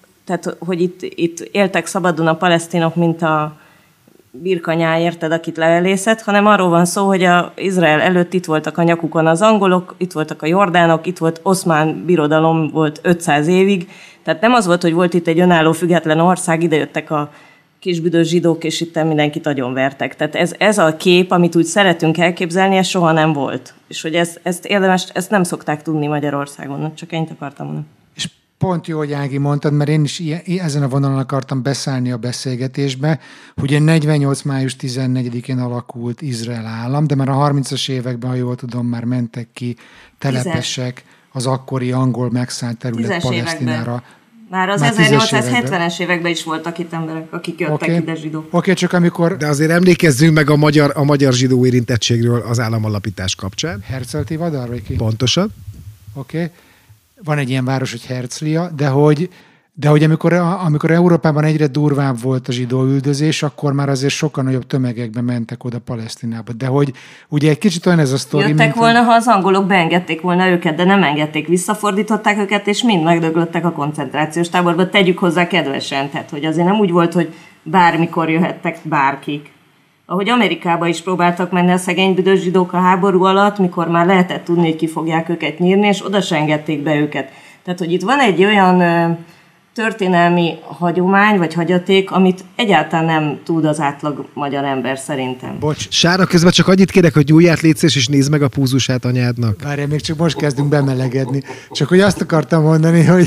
hogy itt éltek szabadon a palesztinok, mint a birkanyá, érted, akit leelészett, hanem arról van szó, hogy Izrael előtt itt voltak a nyakukon az angolok, itt voltak a jordánok, itt volt Oszmán birodalom, volt 500 évig. Tehát nem az volt, hogy volt itt egy önálló független ország, idejöttek a kisbüdös zsidók, és itt mindenkit agyonvertek. Tehát ez a kép, amit úgy szeretünk elképzelni, ez soha nem volt. És hogy ezt érdemes, ezt nem szokták tudni Magyarországon. Csak ennyit akartam mondani. És pont jó, hogy Ági mondtad, mert én is ezen a vonalon akartam beszállni a beszélgetésbe, hogy 48. május 14-én alakult Izrael állam, de már a 30-as években, ha jól tudom, már mentek ki telepesek az akkori angol megszállt terület Palesztinára. Már az 1870-es években is voltak itt emberek, akik jöttek ide zsidók. Oké, csak amikor... De azért emlékezzünk meg a magyar zsidó érintettségről az államalapítás kapcsán. Herzl Tivadar, vagy ki? Pontosan. Oké. Van egy ilyen város, hogy Herzliya, de hogy amikor Európában egyre durvább volt a zsidó üldözés, akkor már azért sokkal nagyobb tömegekben mentek oda Palesztinába. De hogy ugye egy kicsit olyan ez a sztori... Jöttek volna, ha az angolok beengedték volna őket, de nem engedték, visszafordították őket, és mind megdöglöttek a koncentrációs táborba. Tegyük hozzá kedvesen, tehát hogy azért nem úgy volt, hogy bármikor jöhettek bárkik. Ahogy Amerikába is próbáltak menni a szegény büdös zsidók a háború alatt, mikor már lehetett tudni, hogy ki fogják őket nyírni, és oda se engedték be őket. Tehát, hogy itt van egy olyan történelmi hagyomány, vagy hagyaték, amit egyáltalán nem tud az átlag magyar ember szerintem. Bocs, Sára, közben csak annyit kérek, hogy nyúlját létszés, és nézd meg a púzusát anyádnak. Várjál, még csak most kezdünk bemelegedni. Csak hogy azt akartam mondani, hogy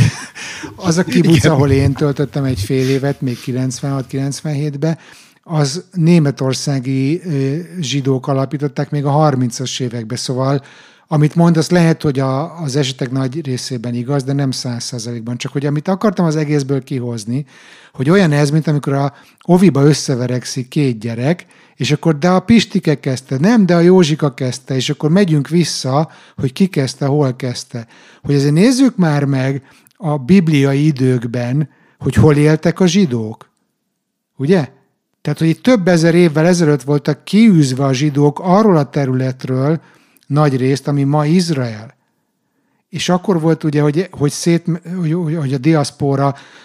az a kibuc, ahol én töltöttem egy fél évet, még 96-97-ben, az németországi zsidók alapították még a 30-as években, szóval amit mondasz, lehet, hogy az esetek nagy részében igaz, de nem 100%-ban. Csak hogy amit akartam az egészből kihozni, hogy olyan ez, mint amikor a oviba összeverekszik 2 gyerek, és akkor de a Pistike kezdte, nem, de a Józsika kezdte, és akkor megyünk vissza, hogy ki kezdte, hol kezdte. Hogy azért nézzük már meg a bibliai időkben, hogy hol éltek a zsidók. Ugye? Tehát, hogy itt több ezer évvel ezelőtt voltak kiűzve a zsidók arról a területről, nagy részt, ami ma Izrael. És akkor volt ugye, hogy a diaszpóra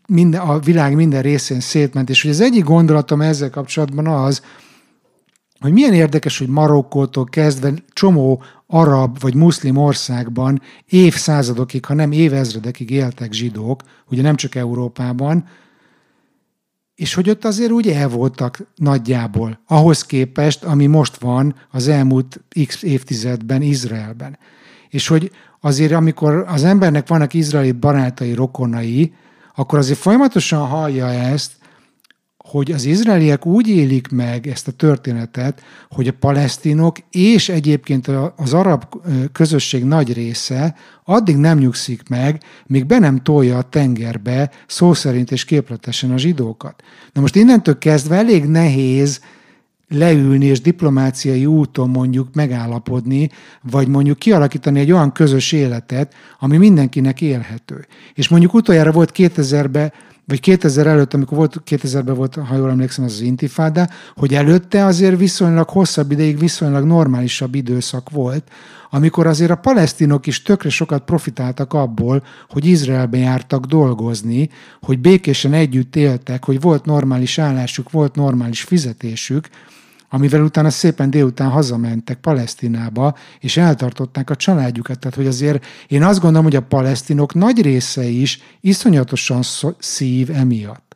a világ minden részén szétment. És hogy az egyik gondolatom ezzel kapcsolatban az, hogy milyen érdekes, hogy Marokkótól kezdve csomó arab vagy muszlim országban évszázadokig, ha nem évezredekig éltek zsidók, ugye nem csak Európában, és hogy ott azért úgy el voltak nagyjából, ahhoz képest, ami most van az elmúlt x évtizedben Izraelben. És hogy azért, amikor az embernek vannak izraeli barátai, rokonai, akkor azért folyamatosan hallja ezt, hogy az izraeliek úgy élik meg ezt a történetet, hogy a palesztinok és egyébként az arab közösség nagy része addig nem nyugszik meg, míg be nem tolja a tengerbe szó szerint és képletesen a zsidókat. Na most innentől kezdve elég nehéz leülni és diplomáciai úton mondjuk megállapodni, vagy mondjuk kialakítani egy olyan közös életet, ami mindenkinek élhető. És mondjuk utoljára volt 2000-ben, vagy 2000 előtt, amikor 2000-ben volt, ha jól emlékszem, az intifáda, hogy előtte azért viszonylag hosszabb ideig, viszonylag normálisabb időszak volt, amikor azért a palesztinok is tökre sokat profitáltak abból, hogy Izraelben jártak dolgozni, hogy békésen együtt éltek, hogy volt normális állásuk, volt normális fizetésük, amivel utána szépen délután hazamentek Palesztinába, és eltartották a családjukat. Tehát, hogy azért én azt gondolom, hogy a palesztinok nagy része is iszonyatosan szív emiatt.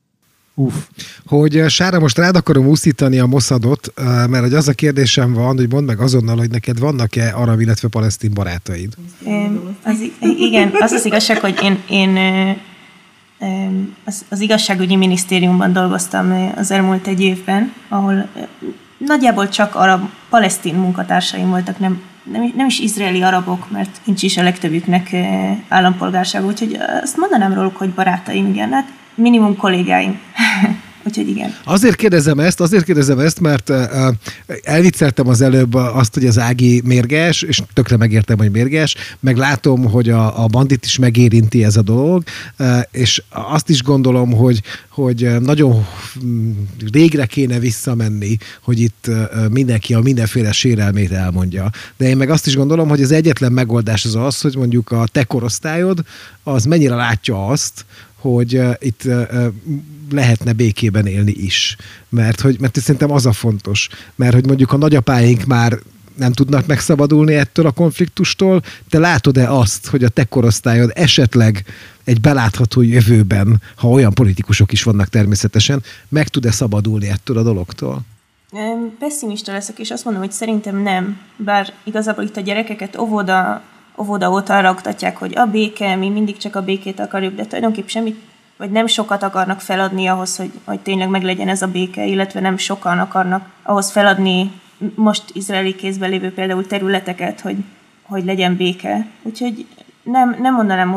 Hogy Sára, most rád akarom úszítani a Mossadot, mert hogy az a kérdésem van, hogy mondd meg azonnal, hogy neked vannak-e arab, illetve palesztin barátaid? Igen, az igazság, hogy én az igazságügyi minisztériumban dolgoztam az elmúlt egy évben, ahol nagyjából csak palesztin munkatársaim voltak, nem is izraeli arabok, mert nincs is a legtöbbjüknek állampolgárság, úgyhogy azt mondanám róluk, hogy barátaim, igen, hát minimum kollégáim. Úgyhogy igen. Azért kérdezem ezt, mert elvicceltem az előbb azt, hogy az Ági mérges, és tökre megértem, hogy mérges, meg látom, hogy a bandit is megérinti ez a dolog, és azt is gondolom, hogy nagyon régre kéne visszamenni, hogy itt mindenki a mindenféle sérelmét elmondja. De én meg azt is gondolom, hogy az egyetlen megoldás az, hogy mondjuk a te korosztályod az mennyire látja azt, hogy itt lehetne békében élni is. Mert szerintem az a fontos. Mert hogy mondjuk a nagyapáink már nem tudnak megszabadulni ettől a konfliktustól, te látod-e azt, hogy a te korosztályod esetleg egy belátható jövőben, ha olyan politikusok is vannak természetesen, meg tud-e szabadulni ettől a dologtól? Pessimista leszek, és azt mondom, hogy szerintem nem. Bár igazából itt a gyerekeket óvoda óta arra oktatják, hogy a béke, mi mindig csak a békét akarjuk, de tulajdonképpen semmit, vagy nem sokat akarnak feladni ahhoz, hogy tényleg meglegyen ez a béke, illetve nem sokan akarnak ahhoz feladni most izraeli kézben lévő például területeket, hogy legyen béke. Úgyhogy nem mondanám,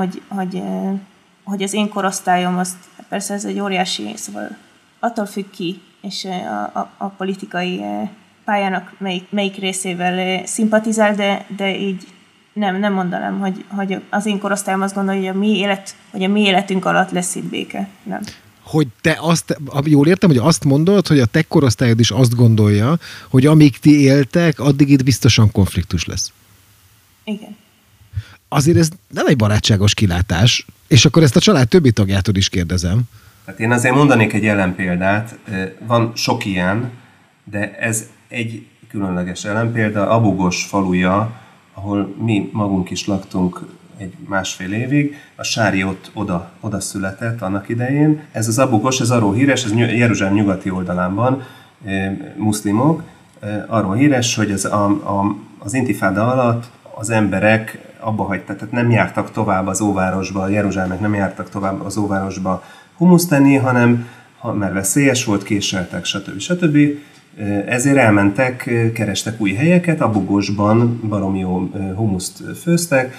hogy az én korosztályom, azt persze ez egy óriási, szóval attól függ ki, és a politikai pályának melyik részével szimpatizál, de így nem mondanám, hogy az én korosztályom azt gondolja, hogy a mi életünk alatt lesz itt béke. Nem. Hogy te jól értem, hogy azt mondod, hogy a te korosztályod is azt gondolja, hogy amíg ti éltek, addig itt biztosan konfliktus lesz. Igen. Azért ez nem egy barátságos kilátás, és akkor ezt a család többi tagjától is kérdezem. Hát én azért mondanék egy ellenpéldát. Van sok ilyen, de ez egy különleges ellenpélda. Abu Ghosh faluja, ahol mi magunk is laktunk egy másfél évig, a Sári ott oda született annak idején. Ez az Abu Ghosh, ez arról híres, ez Jeruzsálem nyugati oldalán van, muszlimok, arról híres, hogy az intifáda alatt az emberek abba hagyták, tehát nem jártak tovább az óvárosba, Jeruzsálemnek nem jártak tovább az óvárosba humuszt tenni, hanem mert veszélyes volt, késeltek, stb. Ezért elmentek, kerestek új helyeket, Abu Ghoshban baromi jó humuszt főztek,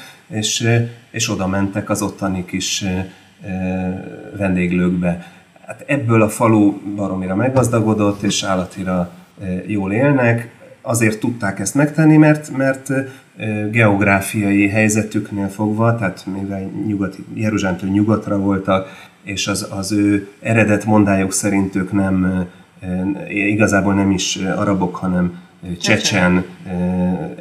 és oda mentek az ottani kis vendéglőkbe. Hát ebből a falu baromira meggazdagodott, és állatira jól élnek. Azért tudták ezt megtenni, mert geográfiai helyzetüknél fogva, tehát mivel Jeruzsálemtől nyugatra voltak, és az ő eredet mondájuk szerint ők igazából nem is arabok, hanem csecsen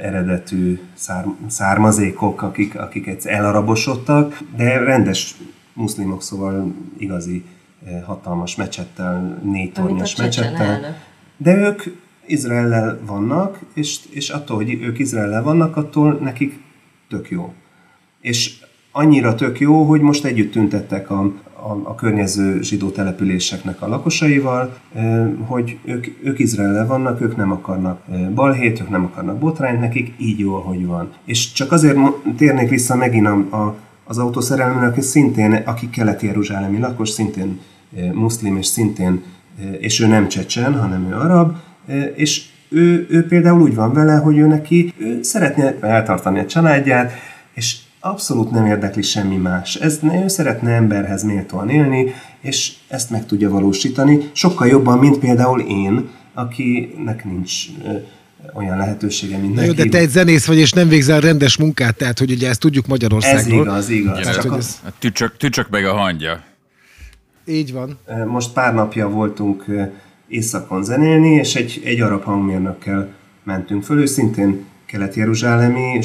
eredetű származékok, akik elarabosodtak, de rendes muszlimok, szóval igazi hatalmas mecsettel, 4 tornyos mecsettel. De ők Izraellel vannak, és attól, hogy ők Izraellel vannak, attól nekik tök jó. És annyira tök jó, hogy most együtt tüntettek a környező zsidó településeknek a lakosaival, hogy ők Izraellel vannak, ők nem akarnak balhét, ők nem akarnak botrányt, nekik így jó, ahogy van. És csak azért térnék vissza megint az autószerelőnek, aki szintén, aki kelet-jeruzsálemi lakos, szintén muszlim, és szintén, és ő nem csecsen, hanem ő arab, és ő például úgy van vele, hogy ő szeretné eltartani a családját, és abszolút nem érdekli semmi más. Ő szeretne emberhez méltóan élni, és ezt meg tudja valósítani, sokkal jobban, mint például én, akinek nincs olyan lehetősége, mint neki. De te egy zenész vagy, és nem végzel rendes munkát, tehát, hogy ugye ezt tudjuk Magyarországról. Ez igaz. Tücsök meg a hangja. Így van. Most pár napja voltunk északon zenélni, és egy arab hangmérnökkel mentünk föl, ő szintén kelet-jeruzsálemi,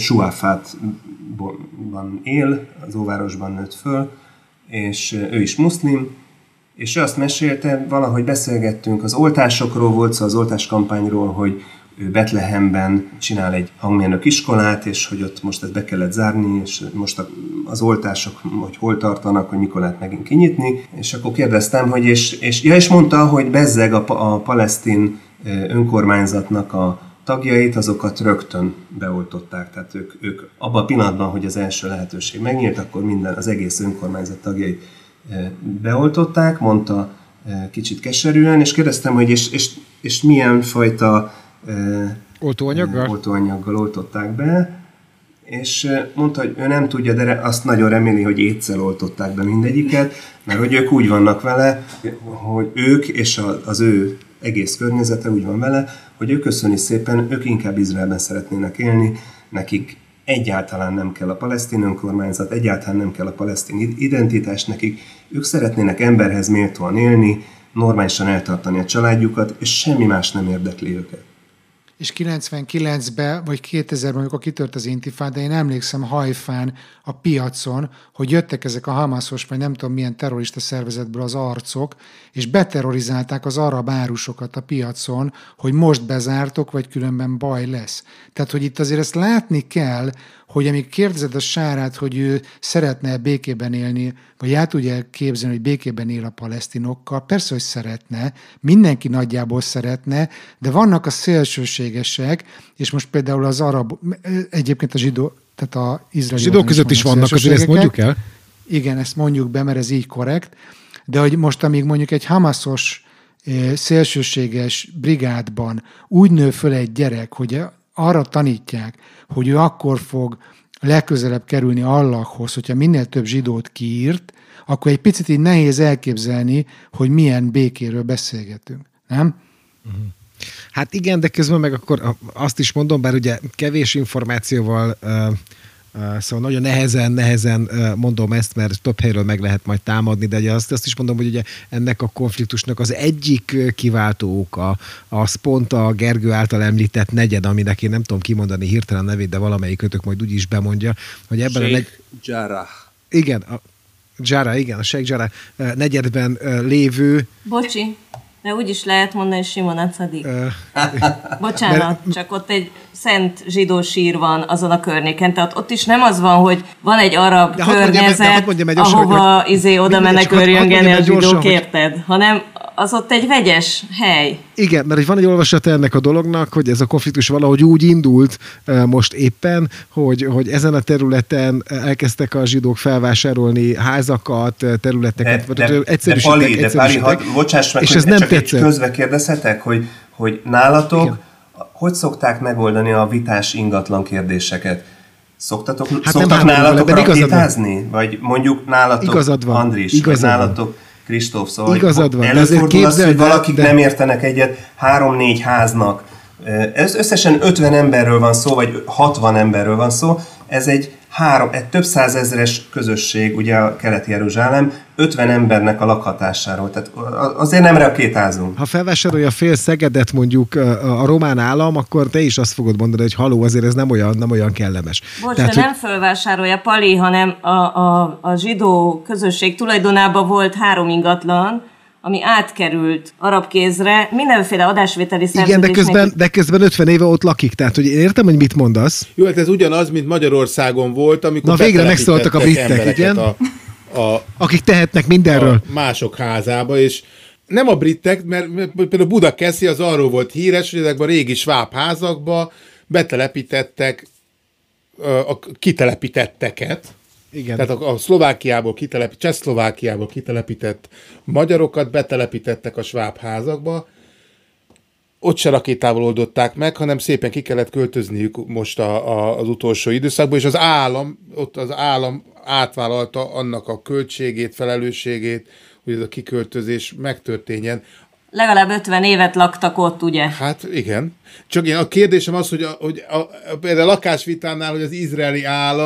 Suafátban él, az óvárosban nőtt föl, és ő is muszlim, és ő azt mesélte, valahogy beszélgettünk, az oltásokról volt szó, az oltáskampányról, hogy ő Betlehemben csinál egy hangmérnök iskolát, és hogy ott most ezt be kellett zárni, és most az oltások, hogy hol tartanak, hogy mikor lehet megint kinyitni, és akkor kérdeztem, hogy és mondta, hogy bezzeg a palesztin önkormányzatnak a tagjait, azokat rögtön beoltották, tehát ők abban a pillanatban, hogy az első lehetőség megnyílt, akkor az egész önkormányzat tagjait beoltották, mondta kicsit keserűen, és kérdeztem, hogy és milyen fajta oltóanyaggal oltották be, és mondta, hogy ő nem tudja, de azt nagyon reméli, hogy étszel oltották be mindegyiket, mert hogy ők úgy vannak vele, hogy ők és az ő egész környezete úgy van vele, hogy ők köszöni szépen, ők inkább Izraelben szeretnének élni, nekik egyáltalán nem kell a palesztin önkormányzat, egyáltalán nem kell a palesztin identitás nekik, ők szeretnének emberhez méltóan élni, normálisan eltartani a családjukat, és semmi más nem érdekli őket. És 99-ben, vagy 2000-ben, amikor kitört az intifáda, én emlékszem Hajfán a piacon, hogy jöttek ezek a Hamasos, vagy nem tudom milyen terrorista szervezetből az arcok, és beterrorizálták az arab árusokat a piacon, hogy most bezártok, vagy különben baj lesz. Tehát, hogy itt azért ezt látni kell, hogy amíg kérdezed a Sárát, hogy ő szeretne békében élni, vagy el tudja képzelni, hogy békében él a palesztinokkal, persze, hogy szeretne, mindenki nagyjából szeretne, de vannak a szélsőségesek, és most például az arab, egyébként a zsidó, tehát a izraeli zsidók között is vannak, azért ezt mondjuk el. Igen, ezt mondjuk be, mert ez így korrekt, de hogy most amíg mondjuk egy hamasos szélsőséges brigádban úgy nő föl egy gyerek, hogy arra tanítják, hogy ő akkor fog legközelebb kerülni Allahhoz, hogyha minél több zsidót kiírt, akkor egy picit így nehéz elképzelni, hogy milyen békéről beszélgetünk, nem? Hát igen, de közben meg akkor azt is mondom, bár ugye kevés információval, szóval nagyon nehezen mondom ezt, mert több helyről meg lehet majd támadni, de ugye azt is mondom, hogy ugye ennek a konfliktusnak az egyik kiváltó oka, az pont a Gergő által említett negyed, aminek én nem tudom kimondani hirtelen nevét, de valamelyikőtök majd úgy is bemondja, hogy ebben Sheikh Jarrah. Igen, a Sheikh Jarrah negyedben lévő... Bocsi, de úgy is lehet mondani Simon Acadik. Bocsánat, csak ott egy szent zsidó sír van azon a környéken, tehát ott is nem az van, hogy van egy arab környezet, ahova oda mennek örjöngeni a zsidók, érted, hanem az ott egy vegyes hely. Igen, mert van egy olvasata ennek a dolognak, hogy ez a konfliktus valahogy úgy indult most éppen, hogy ezen a területen elkezdtek a zsidók felvásárolni házakat, területeket, egyszerűsítek. Bocsáss meg, és ez nem tetszett. Közbe kérdezhetek, hogy nálatok igen. Hogy szokták megoldani a vitás ingatlan kérdéseket? Szoktak nálatok rakétázni? Vagy mondjuk nálatok Andris, vagy nálatok Kristóf, szóval előfordul az, hogy valakik nem értenek egyet 3-4 háznak. Ez összesen 50 emberről van szó, vagy 60 emberről van szó. Ez egy egy több százezres közösség, ugye a keleti Jeruzsálem, 50 embernek a lakhatásáról. Tehát azért nem rakétázunk. Ha felvásárolja fél Szegedet mondjuk a román állam, akkor te is azt fogod mondani, hogy haló, azért ez nem olyan kellemes. Bocs, tehát, nem felvásárolja Pali, hanem a zsidó közösség tulajdonában volt 3 ingatlan, ami átkerült arab kézre, mindenféle adásvételi szerződésnek. Igen, de közben 50 éve ott lakik, tehát hogy én értem, hogy mit mondasz. Jó, hát ez ugyanaz, mint Magyarországon volt, amikor na végre megszóltak a britek, igen? Akik tehetnek mindenről. A mások házába, és nem a britek, mert például Budakeszi az arról volt híres, hogy ezekben a régi sváb házakba betelepítettek a kitelepítetteket. Igen. Tehát a Szlovákiából Csehszlovákiából kitelepített magyarokat betelepítettek a sváb házakba. Ott se rakétával oldották meg, hanem szépen ki kellett költözniük most az utolsó időszakban, és az állam átvállalta annak a költségét, felelősségét, hogy ez a kiköltözés megtörténjen. Legalább 50 évet laktak ott, ugye? Hát igen. Csak a kérdésem az, hogy például a lakásvitánál, hogy az izraeli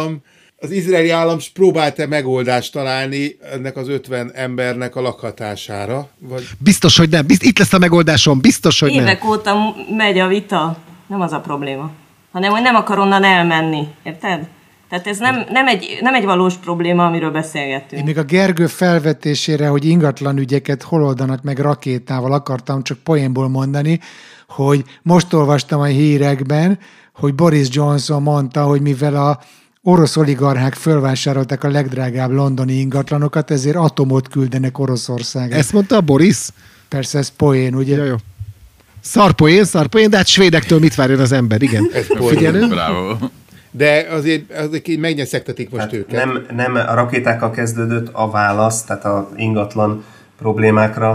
állam próbált-e megoldást találni ennek az 50 embernek a lakhatására? Vagy... Biztos, hogy nem. Itt lesz a megoldásom. Biztos, hogy évek nem. Óta megy a vita. Nem az a probléma. Hanem, hogy nem akar onnan elmenni. Érted? Tehát ez nem egy valós probléma, amiről beszélgettünk. Én még a Gergő felvetésére, hogy ingatlan ügyeket hol oldanak meg rakétával, akartam csak poénból mondani, hogy most olvastam a hírekben, hogy Boris Johnson mondta, hogy mivel a orosz oligarchák fölvásárolták a legdrágább londoni ingatlanokat, ezért atomot küldenek Oroszországra. Ezt mondta a Boris? Persze, ez poén, ugye? Jó. Szarpoén, de hát svédektől mit várjon az ember, igen. Figyelünk? Bravo. De azért megnyeszegtetik most hát őket. Nem a rakétákkal kezdődött a válasz, tehát az ingatlan problémákra,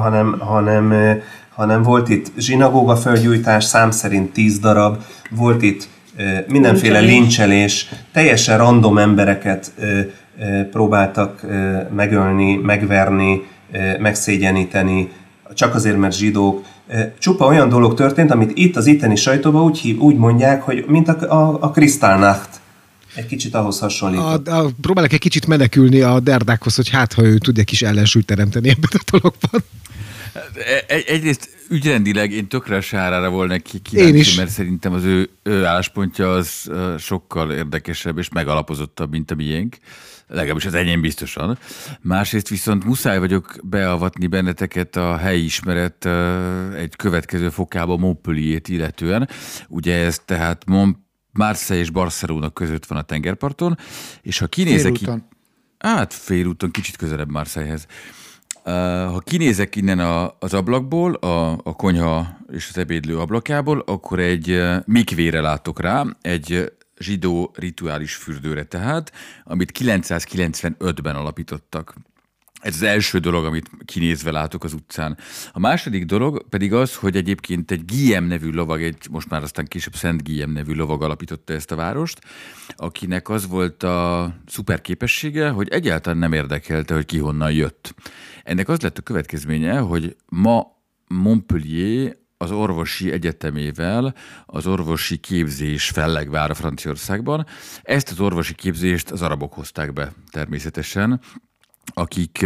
hanem volt itt zsinagóga fölgyújtás, szám szerint 10 darab, volt itt mindenféle lincselés, teljesen random embereket próbáltak megölni, megverni, megszégyeníteni, csak azért, mert zsidók. Csupa olyan dolog történt, amit itt az itteni sajtóban úgy mondják, hogy mint a Kristallnacht. Egy kicsit ahhoz hasonlít. Próbálok egy kicsit menekülni a Derdákhoz, hogy hát, ha ő tudja kis ellensúlyt teremteni ebben a dologban. Egyrészt ügyrendileg én tökre a Sárára volna kíváncsi, mert szerintem az ő álláspontja az sokkal érdekesebb és megalapozottabb, mint a miénk. Legalábbis az enyém biztosan. Másrészt viszont muszáj vagyok beavatni benneteket a helyi ismeret egy következő fokába, Montpellier-t illetően. Ugye ez tehát Marseille és Barcelona között van a tengerparton, és ha kinézek... félúton, kicsit közelebb Marseillehez. Ha kinézek innen az ablakból, a konyha és az ebédlő ablakjából, akkor egy mikvére látok rá, egy zsidó rituális fürdőre tehát, amit 995-ben alapítottak. Ez az első dolog, amit kinézve látok az utcán. A második dolog pedig az, hogy egyébként egy Guillaume nevű lovag, most már aztán később Szent Guillaume nevű lovag alapította ezt a várost, akinek az volt a szuper képessége, hogy egyáltalán nem érdekelte, hogy ki honnan jött. Ennek az lett a következménye, hogy ma Montpellier az orvosi egyetemével az orvosi képzés fellegvár a Franciaországban. Ezt az orvosi képzést az arabok hozták be természetesen, akik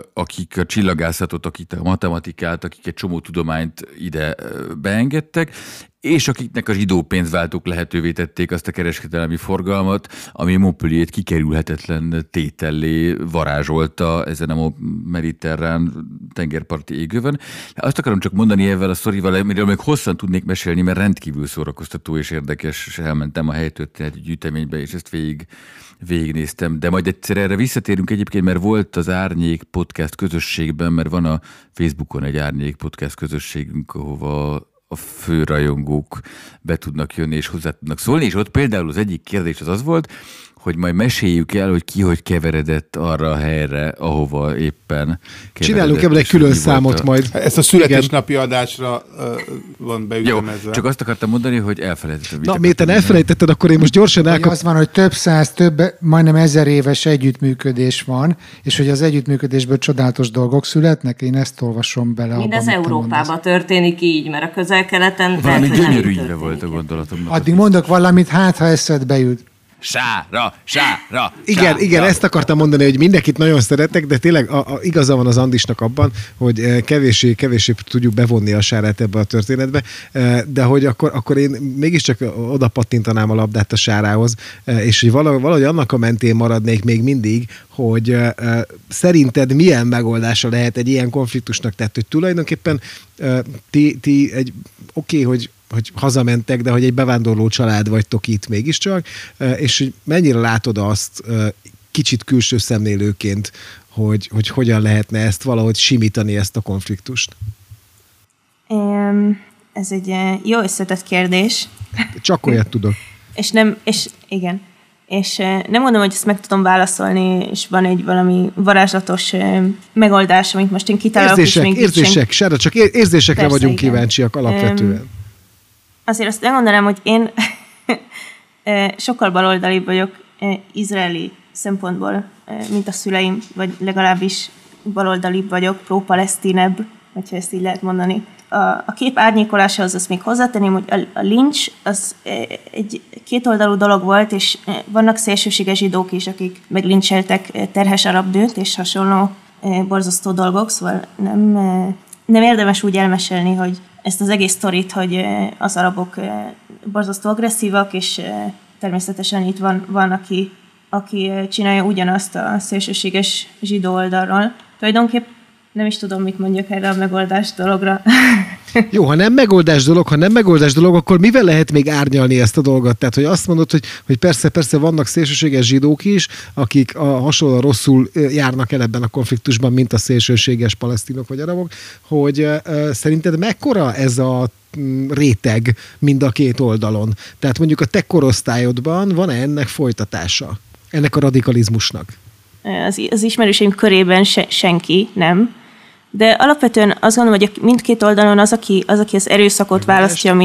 a csillagászatot, akik a matematikát, akik egy csomó tudományt ide beengedtek, és akiknek a zsidó pénzváltók lehetővé tették azt a kereskedelmi forgalmat, ami Montpellier-t kikerülhetetlen tétellé varázsolta ezen a mediterrán tengerparti égőben. Azt akarom csak mondani ezzel a sztorival, amiről még hosszan tudnék mesélni, mert rendkívül szórakoztató és érdekes, és elmentem a helytörténeti gyűjteménybe, és ezt végignéztem, de majd egyszer erre visszatérünk egyébként, mert volt az Árnyék Podcast közösségben, mert van a Facebookon egy Árnyék Podcast közösségünk, ahova a főrajongók be tudnak jönni és hozzá tudnak szólni, és ott például az egyik kérdés az volt, hogy majd meséljük el, hogy ki hogy keveredett arra a helyre, ahova éppen keveredett. Csinálunk ebből egy külön számot majd. Ezt a születésnapi adásra van beütemezve. Jó, csak azt akartam mondani, hogy elfelejtettem. Na, miután elfelejtetted, akkor én most gyorsan Az van, hogy több száz, majdnem 1000 éves együttműködés van, és hogy az együttműködésből csodálatos dolgok születnek, én ezt olvasom bele. Mindez Európában történik így, mert a Közel-Keleten... Valami gyönyörű ígyre volt a gondolatom. Addig mondok valamit, hát ha eszedbe jut. Igen, ezt akartam mondani, hogy mindenkit nagyon szeretek, de tényleg igaza van az Andisnak abban, hogy kevésbé tudjuk bevonni a Sárát ebbe a történetbe, de hogy akkor én mégiscsak oda pattintanám a labdát a Sárához, és hogy valahogy annak a mentén maradnék még mindig, hogy szerinted milyen megoldása lehet egy ilyen konfliktusnak, tehát hogy tulajdonképpen ti hogy hazamentek, de hogy egy bevándorló család vagytok itt mégiscsak, és hogy mennyire látod azt kicsit külső szemlélőként, hogy hogyan lehetne ezt valahogy simítani, ezt a konfliktust? Ez egy jó összetett kérdés. Csak olyat tudok. És nem mondom, hogy ezt meg tudom válaszolni, és van egy valami varázslatos megoldás, amit most én kitalálok. Érzések, Sára, csak érzésekre persze, vagyunk igen. Kíváncsiak alapvetően. Azért azt elmondanám, hogy én sokkal baloldalibb vagyok izraeli szempontból, mint a szüleim, vagy legalábbis baloldalibb vagyok, pro-palesztinebb, hogyha ezt így lehet mondani. A kép árnyékolásához azt még hozzátenném, hogy a lincs az egy kétoldalú dolog volt, és vannak szélsőséges zsidók is, akik meglincseltek terhes arab nőt, és hasonló borzasztó dolgok, szóval nem érdemes úgy elmesélni, hogy ezt az egész sztorit, hogy az arabok borzasztó agresszívak, és természetesen itt van aki csinálja ugyanazt a szélsőséges zsidó oldalról. Tulajdonképp nem is tudom, mit mondjak erre a megoldás dologra. Jó, ha nem megoldás dolog, akkor mivel lehet még árnyalni ezt a dolgot? Tehát, hogy azt mondod, hogy persze vannak szélsőséges zsidók is, akik hasonlóan rosszul járnak el ebben a konfliktusban, mint a szélsőséges palesztinok vagy arabok, hogy szerinted mekkora ez a réteg mind a két oldalon? Tehát mondjuk a te korosztályodban van-e ennek folytatása? Ennek a radikalizmusnak? Az ismerőseim körében senki nem. De alapvetően azt gondolom, hogy mindkét oldalon az, aki az erőszakot választja,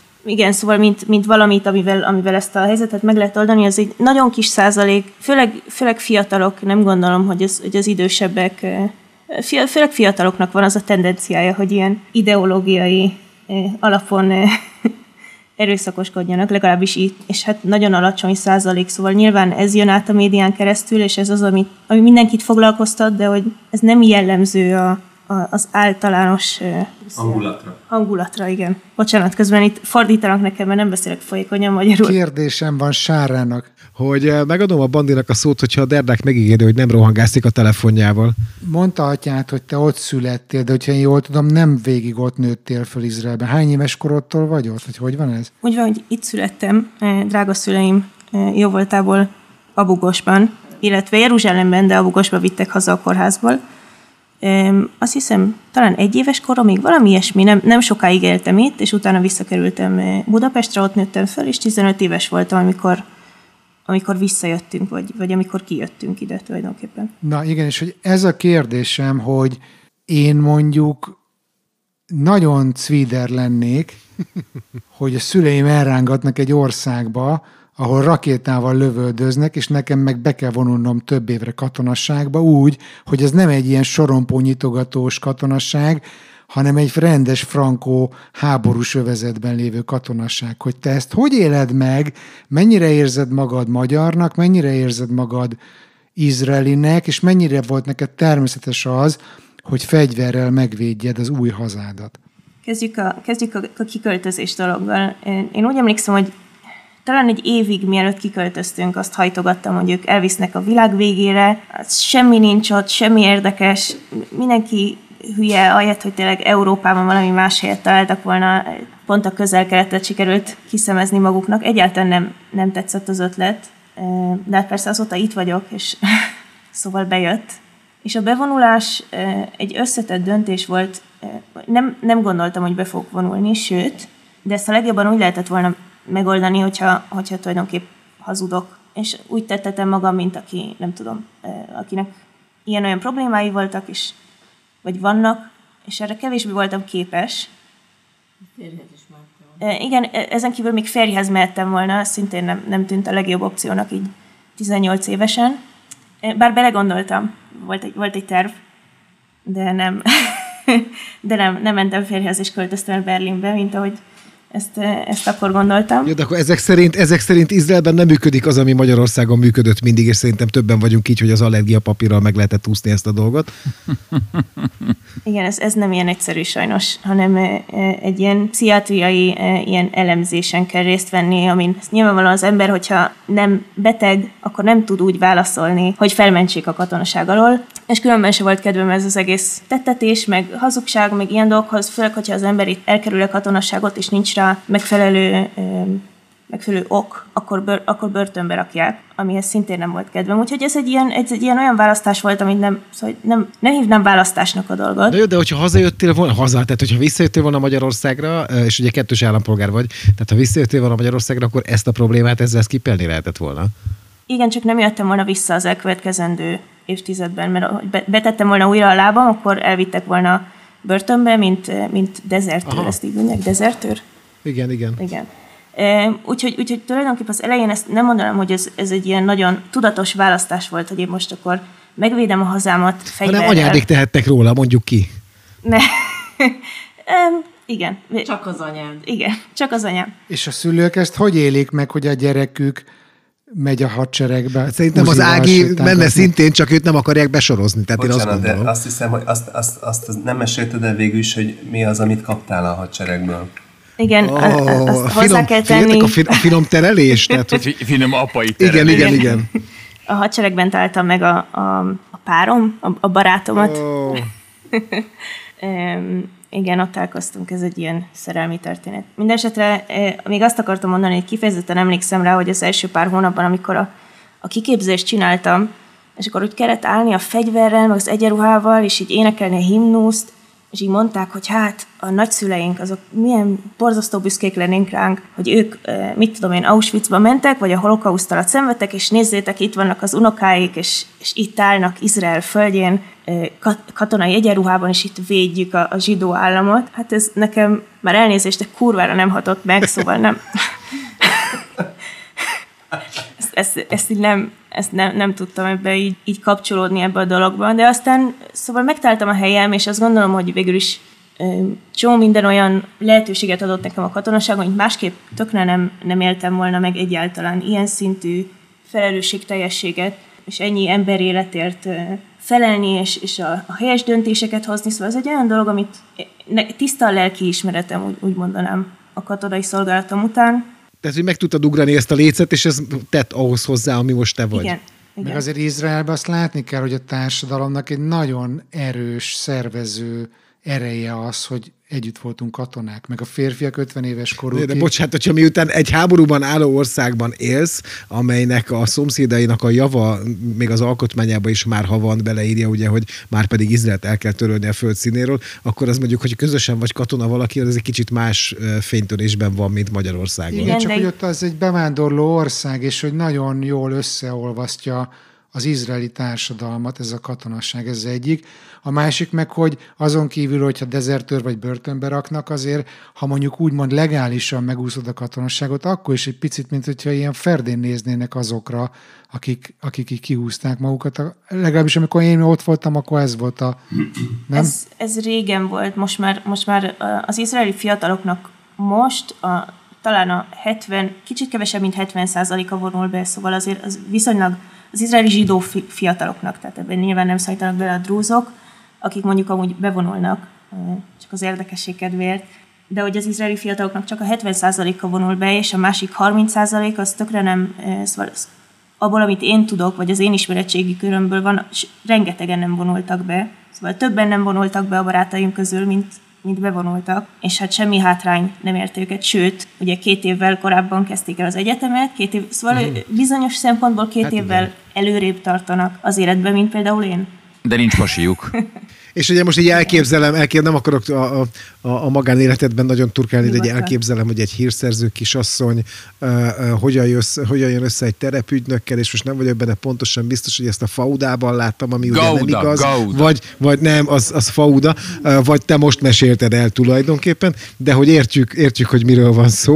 mint valamit, amivel ezt a helyzetet meg lehet oldani, az egy nagyon kis százalék, főleg fiatalok, nem gondolom, hogy az idősebbek, főleg fiataloknak van az a tendenciája, hogy ilyen ideológiai alapon erőszakoskodjanak, legalábbis itt, és hát nagyon alacsony százalék, szóval nyilván ez jön át a médián keresztül, és ez az, ami mindenkit foglalkoztat, de hogy ez nem jellemző az általános hangulatra, igen. Bocsánat, közben itt fordítanak nekem, mert nem beszélek folyékonyan magyarul. Kérdésem van Sárának. Hogy megadom a Bandinak a szót, hogyha a Derdák megígéri, hogy nem rohangászik a telefonjával. Mondta atyád, hogy te ott születtél, de hogyha én jól tudom, nem végig ott nőttél föl Izraelben. Hány éves korodtól vagy ott? Vagy hogy van ez? Úgy van, hogy itt születtem, drága szüleim jóvoltából Abu-Gosban, illetve Jeruzsálemben, de Abu-Gosba vittek haza a kórházból. Azt hiszem, talán 1 éves koromig valami ilyesmi, nem sokáig éltem itt, és utána visszakerültem Budapestre, ott nőttem föl, és 15 éves voltam, amikor visszajöttünk, vagy amikor kijöttünk ide tulajdonképpen. Na igen, és hogy ez a kérdésem, hogy én mondjuk nagyon cvider lennék, hogy a szüleim elrángatnak egy országba, ahol rakétával lövöldöznek, és nekem meg be kell vonulnom több évre katonasságba úgy, hogy ez nem egy ilyen sorompó nyitogatós katonasság, hanem egy rendes frankó háborús övezetben lévő katonasság. Hogy te ezt hogy éled meg, mennyire érzed magad magyarnak, mennyire érzed magad izraelinek, és mennyire volt neked természetes az, hogy fegyverrel megvédjed az új hazádat? Kezdjük a kiköltözés dologgal. Én úgy emlékszem, hogy talán egy évig, mielőtt kiköltöztünk, azt hajtogattam, hogy ők elvisznek a világ végére, semmi nincs ott, semmi érdekes, mindenki hülye, ahelyett, hogy tényleg Európában valami más helyet találtak volna, pont a Közel-Keletet sikerült kiszemezni maguknak. Egyáltalán nem tetszett az ötlet, de hát persze azóta itt vagyok, és szóval bejött. És a bevonulás egy összetett döntés volt, nem gondoltam, hogy be fog vonulni, sőt, de ezt a legjobban úgy lehetett volna megoldani, hogyha tulajdonképp hazudok. És úgy tettetem magam, mint aki, nem tudom, akinek ilyen-olyan problémái voltak, vagy vannak, és erre kevésbé voltam képes. Férjhez is mehettem. Igen, ezen kívül még férjhez mehettem volna, szintén nem tűnt a legjobb opciónak így 18 évesen. Bár belegondoltam, volt egy terv, de nem mentem férjhez és költöztem el Berlinbe, mint ahogy Ezt akkor gondoltam. Jó, de akkor ezek szerint Izraelben nem működik az, ami Magyarországon működött mindig, és szerintem többen vagyunk így, hogy az allergiapapírral meg lehetett úszni ezt a dolgot. Igen, ez nem ilyen egyszerű sajnos, hanem egy ilyen pszichiátriai ilyen elemzésen kell részt venni, amin nyilvánvalóan az ember, hogyha nem beteg, akkor nem tud úgy válaszolni, hogy felmentsék a katonaság alól, és különben se volt kedvem ez az egész tettetés, meg hazugság, meg ilyen dolgokhoz, főleg, hogyha az ember itt elkerül a katonaságot, és nincs rá megfelelő ok, akkor börtönbe rakják, amihez szintén nem volt kedvem. Úgyhogy ez egy ilyen olyan választás volt, amit nem hívnám választásnak a dolgot. De jó, de hogyha hazajöttél volna, tehát hogyha visszajöttél volna Magyarországra, és ugye kettős állampolgár vagy, tehát ha visszajöttél volna Magyarországra, akkor ezt a problémát ezzel skipelni lehetett volna. Igen, csak nem jöttem volna vissza az elkövetkezendő évtizedben, mert ha betettem volna újra a lábam, akkor elvittek volna börtönbe, mint dezertőr, ezt így mondják, dezertőr? Igen. Úgyhogy tulajdonképpen az elején ezt nem mondanám, hogy ez egy ilyen nagyon tudatos választás volt, hogy én most akkor megvédem a hazámat fegyverrel. Hanem anyádék tehettek róla, mondjuk ki. Ne. Igen. Csak az anyád. Igen, csak az anyám. És a szülők ezt hogy élik meg, hogy a gyerekük megy a hadseregbe? Hát szerintem az Ági menne szintén, csak őt nem akarják besorozni. Tehát bocsánat, de azt hiszem, hogy azt nem mesélted el végül is, hogy mi az, amit kaptál a hadseregből. Igen, azt hozzá kell tenni. A finom terelés? Tehát, hogy... Finom apai terelés. Igen. A hadseregben találtam meg a párom, a barátomat. Igen, ott találkoztunk, ez egy ilyen szerelmi történet. Mindenesetre még azt akartam mondani, hogy kifejezetten emlékszem rá, hogy az első pár hónapban, amikor a kiképzést csináltam, és akkor úgy kellett állni a fegyverrel, meg az egyenruhával, és így énekelni a himnuszt, és így mondták, hogy hát a nagyszüleink, azok milyen borzasztó büszkék lennénk ránk, hogy ők, mit tudom én, Auschwitzba mentek, vagy a holokauszt alatt szenvedtek, és nézzétek, itt vannak az unokáik, és itt állnak Izrael földjén, katonai egyenruhában, és itt védjük a zsidó államot. Hát ez nekem már elnézést, de kurvára nem hatott meg, szóval nem... Ezt nem tudtam ebbe így kapcsolódni ebbe a dologba, de aztán szóval megtaláltam a helyem, és azt gondolom, hogy végül is csomó minden olyan lehetőséget adott nekem a katonaságon, hogy másképp tökre nem éltem volna meg egyáltalán ilyen szintű felelősségteljességet, és ennyi ember életért felelni, és a helyes döntéseket hozni, szóval ez egy olyan dolog, amit tiszta a lelkiismeretem, úgy mondanám, a katonai szolgálatom után. Tehát, hogy meg tudtad ugrani ezt a lécet, és ez tett ahhoz hozzá, ami most te vagy. Igen. Meg azért Izraelben azt látni kell, hogy a társadalomnak egy nagyon erős szervező ereje az, hogy együtt voltunk katonák, meg a férfiak 50 éves korúig. De bocsánat, hogyha miután egy háborúban álló országban élsz, amelynek a szomszédainak a java még az alkotmányába is már ha van beleírja, ugye, hogy már pedig Izraelt el kell törölni a föld színéről, akkor az mondjuk, hogy közösen vagy katona valaki, az egy kicsit más fénytörésben van, mint Magyarországon. Igen, csak hogy ott az egy bevándorló ország, és hogy nagyon jól összeolvasztja az izraeli társadalmat, ez a katonasság, ez egyik. A másik meg, hogy azon kívül, hogyha dezertőr vagy börtönbe raknak, azért, ha mondjuk úgymond legálisan megúszod a katonasságot, akkor is egy picit, mint hogyha ilyen ferdén néznének azokra, akik így kihúzták magukat. Legalábbis amikor én ott voltam, akkor ez volt a... Nem? Ez régen volt, most már az izraeli fiataloknak talán a 70, kicsit kevesebb, mint 70%-a vonul be, szóval azért az viszonylag az izraeli zsidó fiataloknak, tehát ebben nyilván nem számítanak bele a drúzok, akik mondjuk amúgy bevonulnak, csak az érdekesség kedvéért, de hogy az izraeli fiataloknak csak a 70%-a vonul be, és a másik 30% az tökre nem, szóval abból, amit én tudok, vagy az én ismeretségi körömből van, rengetegen nem vonultak be, szóval többen nem vonultak be a barátaim közül, mint bevonultak, és hát semmi hátrány nem érte őket, sőt, ugye 2 évvel korábban kezdték el az egyetemet, szóval bizonyos szempontból 2 évvel előrébb tartanak az életben, mint például én. De nincs pasiuk. És ugye most így elképzelem, nem akarok a magánéletedben nagyon turkálni, de egy elképzelem, hogy egy hírszerző kisasszony hogyan jön össze egy terepügynökkel, és most nem vagyok benne pontosan biztos, hogy ezt a Faudában láttam, ami ugye nem igaz. Vagy nem, az Fauda, vagy te most mesélted el tulajdonképpen, de hogy értjük, hogy miről van szó.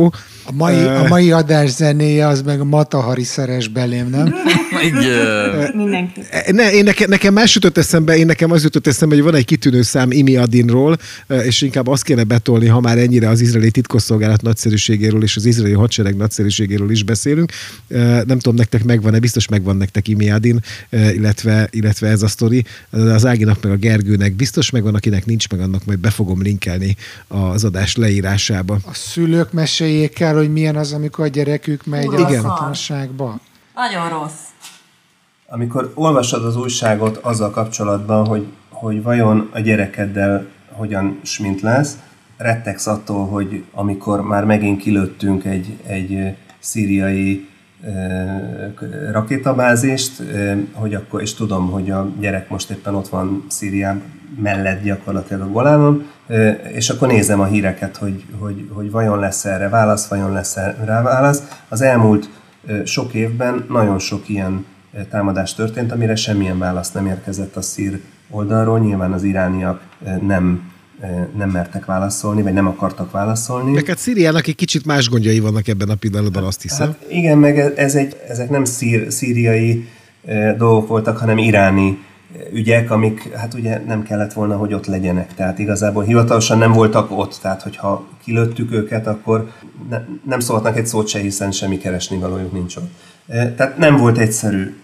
A mai adás zenéje az meg a Matahari szeres belém, nem? Mindenki. Nekem más jutott eszembe, nekem az jutott eszembe, hogy van egy kitűnő szám Imi Adinról, és inkább azt kéne betolni, ha már ennyire az izraeli titkosszolgálat nagyszerűségéről és az izraeli hadsereg nagyszerűségéről is beszélünk. Nem tudom, nektek megvan-e, biztos megvan nektek Imi Adin, illetve ez a sztori. Az Áginak meg a Gergőnek biztos megvan, akinek nincs meg, annak majd be fogom linkelni az adás leírásába. A szülők meséljék el, hogy milyen az, amikor a gyerekük megy a katonasságba. Nagyon rossz. Amikor olvasod az újságot azzal kapcsolatban, hogy vajon a gyerekeddel hogyan smint lesz, rettegsz attól, hogy amikor már megint kilőttünk egy szíriai rakétabázist, hogy akkor, és tudom, hogy a gyerek most éppen ott van Szíria mellett gyakorlatilag a Golánon, és akkor nézem a híreket, hogy vajon lesz erre válasz, vajon lesz rá válasz. Az elmúlt sok évben nagyon sok ilyen támadás történt, amire semmilyen válasz nem érkezett a szír oldalról. Nyilván az irániak nem mertek válaszolni, vagy nem akartak válaszolni. Meg hát Szíriának egy kicsit más gondjai vannak ebben a pillanatban, azt hiszem. Hát igen, meg ezek nem szíriai dolgok voltak, hanem iráni ügyek, amik hát ugye nem kellett volna, hogy ott legyenek. Tehát igazából hivatalosan nem voltak ott. Tehát hogyha kilőttük őket, akkor nem szólhatnak egy szót se, hiszen semmi keresnivalójuk nincs ott. Tehát nem volt egyszerű.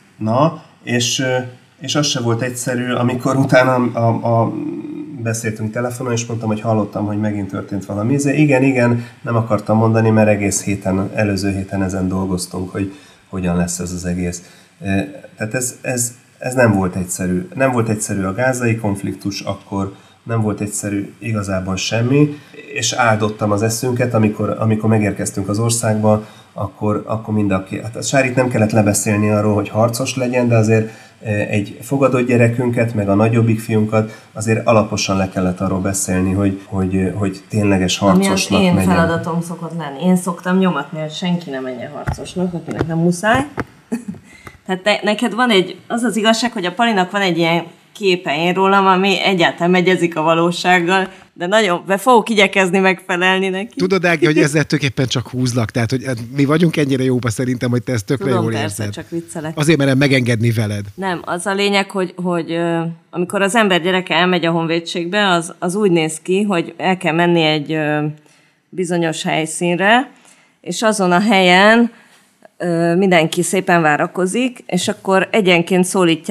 És az se volt egyszerű, amikor utána beszéltünk telefonon, és mondtam, hogy hallottam, hogy megint történt valami. Igen, nem akartam mondani, mert egész előző héten ezen dolgoztunk, hogy hogyan lesz ez az egész. Tehát ez nem volt egyszerű. Nem volt egyszerű a gázai konfliktus, akkor nem volt egyszerű igazából semmi, és áldottam az eszünket, amikor megérkeztünk az országba, akkor mind hát a Sárit nem kellett lebeszélni arról, hogy harcos legyen, de azért egy fogadott gyerekünket, meg a nagyobbik fiunkat azért alaposan le kellett arról beszélni, hogy tényleges harcosnak megyen. Ami az én feladatom szokott lenni. Én szoktam nyomatni, hogy senki nem menjen harcosnak, akinek nem muszáj. Tehát neked van az az igazság, hogy a Palinak van egy ilyen képe én rólam, ami egyáltalán megyezik a valósággal, de nagyon fogok igyekezni megfelelni neki. Tudod, Ági, hogy ezzel tulajdonképpen csak húzlak, tehát hogy mi vagyunk ennyire jóba szerintem, hogy te ezt tökre jól érzed. Persze, csak viccelek. Azért merem megengedni veled. Nem, az a lényeg, hogy amikor az ember gyereke elmegy a honvédségbe, az úgy néz ki, hogy el kell menni egy bizonyos helyszínre, és azon a helyen mindenki szépen várakozik, és akkor egyenként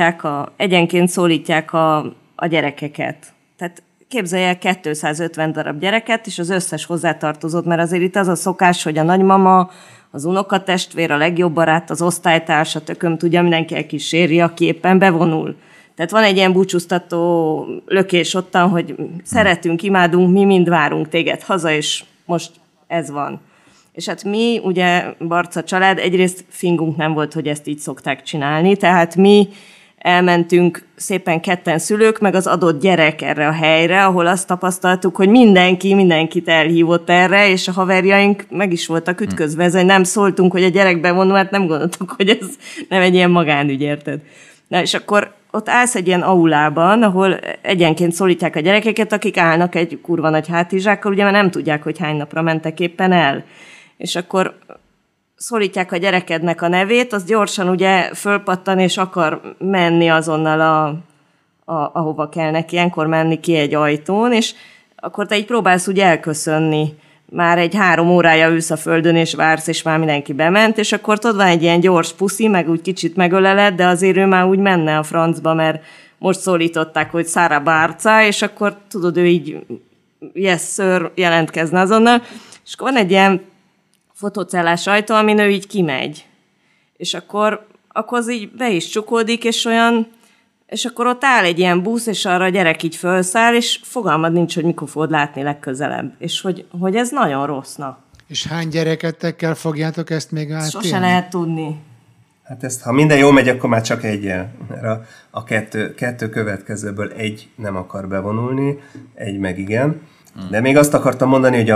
szólítják a gyerekeket. Tehát képzelj el 250 darab gyereket, és az összes hozzátartozót, mert azért itt az a szokás, hogy a nagymama, az unokatestvér, a legjobb barát, az osztálytárs, a tököm tudja, mindenki elkíséri, aki éppen bevonul. Tehát van egy ilyen búcsúztató lökés ottan, hogy szeretünk, imádunk, mi mind várunk téged haza, és most ez van. És hát mi, ugye Barca család, egyrészt fingunk nem volt, hogy ezt így szokták csinálni, tehát mi elmentünk szépen ketten szülők, meg az adott gyerek erre a helyre, ahol azt tapasztaltuk, hogy mindenkit elhívott erre, és a haverjaink meg is voltak ütközve, ezzel nem szóltunk, hogy a gyerek bevonul, hát nem gondoltuk, hogy ez nem egy ilyen magánügy, érted? Na, és akkor ott állsz egy ilyen aulában, ahol egyenként szólítják a gyerekeket, akik állnak egy kurva nagy hátizsákkal, ugye, mert nem tudják, hogy hány napra mentek éppen el. És akkor szólítják a gyerekednek a nevét, az gyorsan ugye fölpattan, és akar menni azonnal ahova kell neki, ilyenkor menni ki egy ajtón, és akkor te így próbálsz úgy elköszönni. Már egy 3 órája ülsz a földön, és vársz, és már mindenki bement, és akkor tudod, van egy ilyen gyors puszi, meg úgy kicsit megöleled, de azért ő már úgy menne a francba, mert most szólították, hogy Szára Bárca, és akkor tudod, ő így yes, sir, jelentkezne azonnal, és akkor van egy ilyen fotócellás ajtó, amin ő így kimegy. És akkor az így be is csukódik, és akkor ott áll egy ilyen busz, és arra a gyerek így felszáll, és fogalmad nincs, hogy mikor fogod látni legközelebb. És hogy ez nagyon rossz, na. És hány gyerekettekkel fogjátok ezt még átélni? Sose lehet tudni. Hát ezt, ha minden jól megy, akkor már csak egyel. Mert a kettő következőből egy nem akar bevonulni, egy meg igen. De még azt akartam mondani, hogy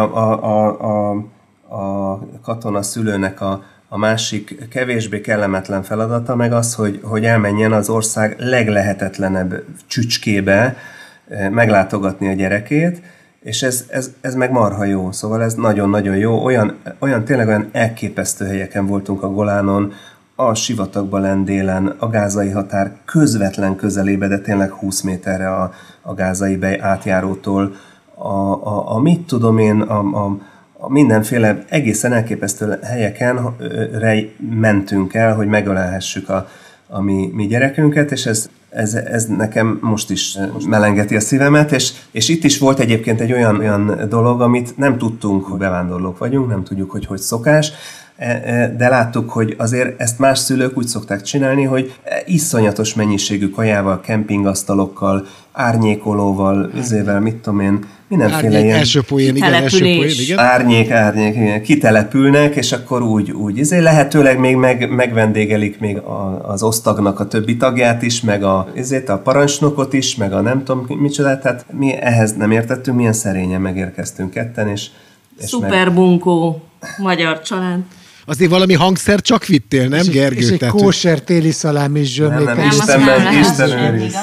a katona szülőnek a másik kevésbé kellemetlen feladata meg az, hogy elmenjen az ország leglehetetlenebb csücskébe meglátogatni a gyerekét, És ez meg marha jó, szóval ez nagyon-nagyon jó. Tényleg olyan elképesztő helyeken voltunk a Golánon, a sivatagban lendélen, a gázai határ közvetlen közelébe, de tényleg 20 méterre a gázai átjárótól, a mit tudom én, a mindenféle egészen elképesztő helyeken mentünk el, hogy megölelhessük a mi gyerekünket, és ez nekem most is melengeti a szívemet, és itt is volt egyébként egy olyan dolog, amit nem tudtunk, hogy bevándorlók vagyunk, nem tudjuk, hogy szokás, de láttuk, hogy azért ezt más szülők úgy szokták csinálni, hogy iszonyatos mennyiségű kajával, kempingasztalokkal, árnyékolóval, mit tudom én, mindenféle ilyen... Elsőpoén, igen. Árnyék, kitelepülnek, és akkor úgy lehetőleg még megvendégelik még az osztagnak a többi tagját is, meg a parancsnokot is, meg a nem tudom micsoda, tehát mi ehhez nem értettünk, milyen szerényen megérkeztünk ketten, és szuper bunkó magyar család. Azért valami hangszer csak vittél, nem, Gergő? És egy kóser téli szalámi is zsömlék. Isten őriz.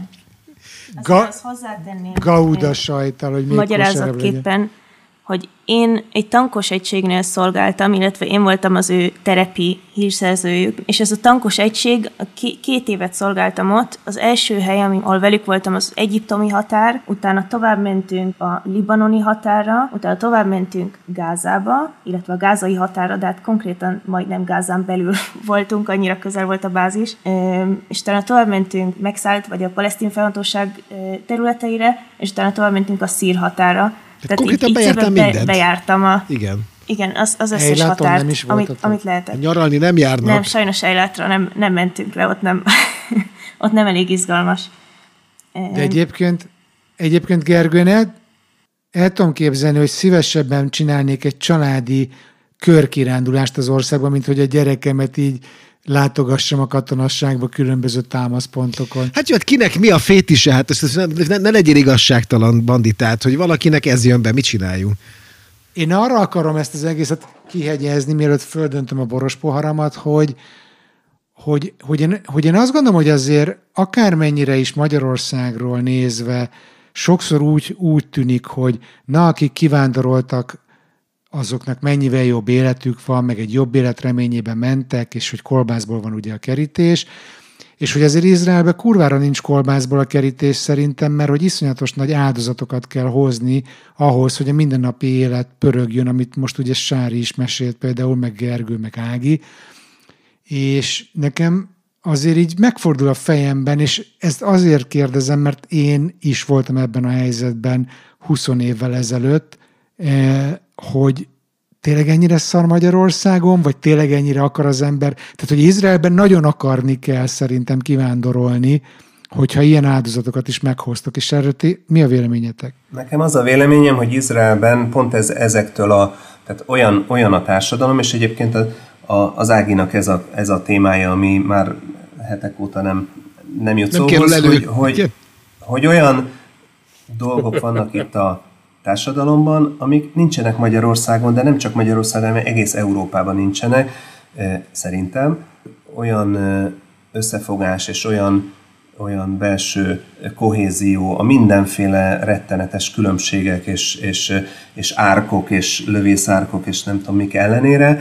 Gouda sajttal, hogy még magyarázatképpen, hogy én egy tankos egységnél szolgáltam, illetve én voltam az ő terepi hírszerzőjük, és ez a tankos egység, 2 évet szolgáltam ott. Az első hely, ahol velük voltam, az egyiptomi határ, utána tovább mentünk a libanoni határra, utána tovább mentünk Gázába, illetve a gázai határra, de hát konkrétan majdnem Gázán belül voltunk, annyira közel volt a bázis, és utána tovább mentünk megszállt, vagy a palesztin felhatóság területeire, és utána tovább mentünk a szír határra. Tehát konkrétan bejártam mindent. Bejártam Igen, az összes határt, amit lehetett. Nyaralni nem járnak. Nem, sajnos Ejlátra nem mentünk le, ott nem elég izgalmas. De egyébként Gergő, el tudom képzelni, hogy szívesebben csinálnék egy családi körkirándulást az országban, mint hogy a gyerekemet így látogassam a katonasságba különböző támaszpontokon. Hát kinek mi a fétise? Hát ne legyél igazságtalan banditát, hogy valakinek ez jön be, mit csináljunk? Én arra akarom ezt az egészet kihegyezni, mielőtt földöntöm a boros poharamat, hogy én azt gondolom, hogy azért akármennyire is Magyarországról nézve sokszor úgy tűnik, hogy akik kivándoroltak, azoknak mennyivel jobb életük van, meg egy jobb élet reményében mentek, és hogy kolbászból van ugye a kerítés, és hogy azért Izraelben kurvára nincs kolbászból a kerítés szerintem, mert hogy iszonyatos nagy áldozatokat kell hozni ahhoz, hogy a mindennapi élet pörögjön, amit most ugye Sári is mesélt például, meg Gergő, meg Ági, és nekem azért így megfordul a fejemben, és ezt azért kérdezem, mert én is voltam ebben a helyzetben 20 évvel ezelőtt, hogy tényleg ennyire szar Magyarországon, vagy tényleg ennyire akar az ember? Tehát, hogy Izraelben nagyon akarni kell szerintem kivándorolni, hogyha ilyen áldozatokat is meghoztok. És erről mi a véleményetek? Nekem az a véleményem, hogy Izraelben pont ezektől tehát olyan a társadalom, és egyébként az Áginak ez a témája, ami már hetek óta nem jut szóhoz, hogy olyan dolgok vannak itt a társadalomban, amik nincsenek Magyarországon, de nem csak Magyarországon, hanem egész Európában nincsenek, szerintem. Olyan összefogás és olyan belső kohézió, a mindenféle rettenetes különbségek és árkok és lövészárkok és nem tudom mik ellenére,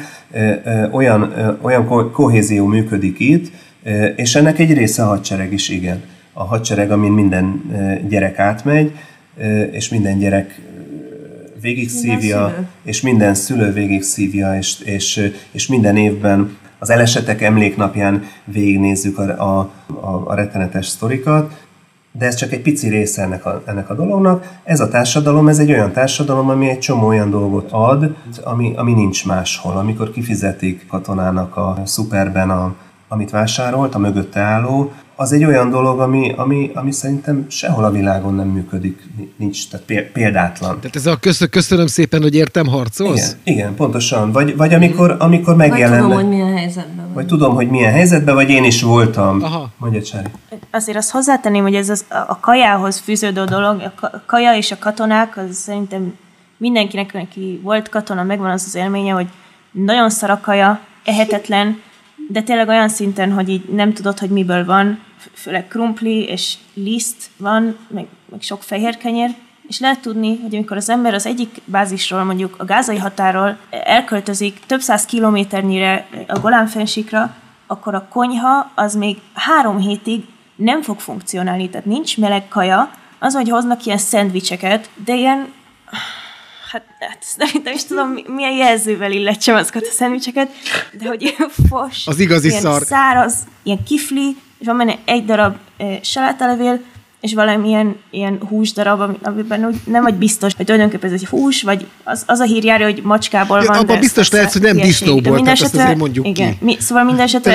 olyan kohézió működik itt, és ennek egy része a hadsereg is, igen. A hadsereg, amin minden gyerek átmegy, és minden gyerek végigszívja, és minden szülő végigszívja, és minden évben az elesetek emléknapján végignézzük a rettenetes sztorikat, de ez csak egy pici része ennek a dolognak. Ez a társadalom, ez egy olyan társadalom, ami egy csomó olyan dolgot ad, ami nincs máshol. Amikor kifizetik katonának a szuperben, amit vásárolt, a mögötte álló, az egy olyan dolog, ami szerintem sehol a világon nem működik, nincs, tehát példátlan. Tehát ez a köszönöm szépen, hogy értem harcolsz? Igen, pontosan. Vagy amikor megjelennek. Vagy tudom, hogy milyen helyzetben van. Vagy tudom, hogy milyen helyzetben, vagy én is voltam. Mondja, Csári. Azért azt hozzátenném, hogy ez a kajához fűződő dolog, a kaja és a katonák, az szerintem mindenkinek, aki volt katona, megvan az élménye, hogy nagyon szar a kaja, ehetetlen, de tényleg olyan szinten, hogy így nem tudod, hogy miből van, főleg krumpli és liszt van, meg sok fehér kenyér, és lehet tudni, hogy amikor az ember az egyik bázisról, mondjuk a gázai határról elköltözik több száz kilométernyire a Golán-fennsíkra, akkor a konyha az még 3 hétig nem fog funkcionálni, tehát nincs meleg kaja, az, hogy hoznak ilyen szendvicseket, de ilyen, hát nem is tudom, milyen jelzővel illetsem azokat a szendvicseket, de hogy ilyen fos, az igazi ilyen szar. Száraz, ilyen kifli, és van benne egy darab salátalevél, és valamilyen ilyen húsdarab, amiben úgy nem vagy biztos, hogy tulajdonképpen ez egy hús, vagy az a hír járja, hogy macskából van. Abban biztos lehet, hogy nem disznóból, tehát ezt azért mondjuk igen, ki. Szóval minden esetre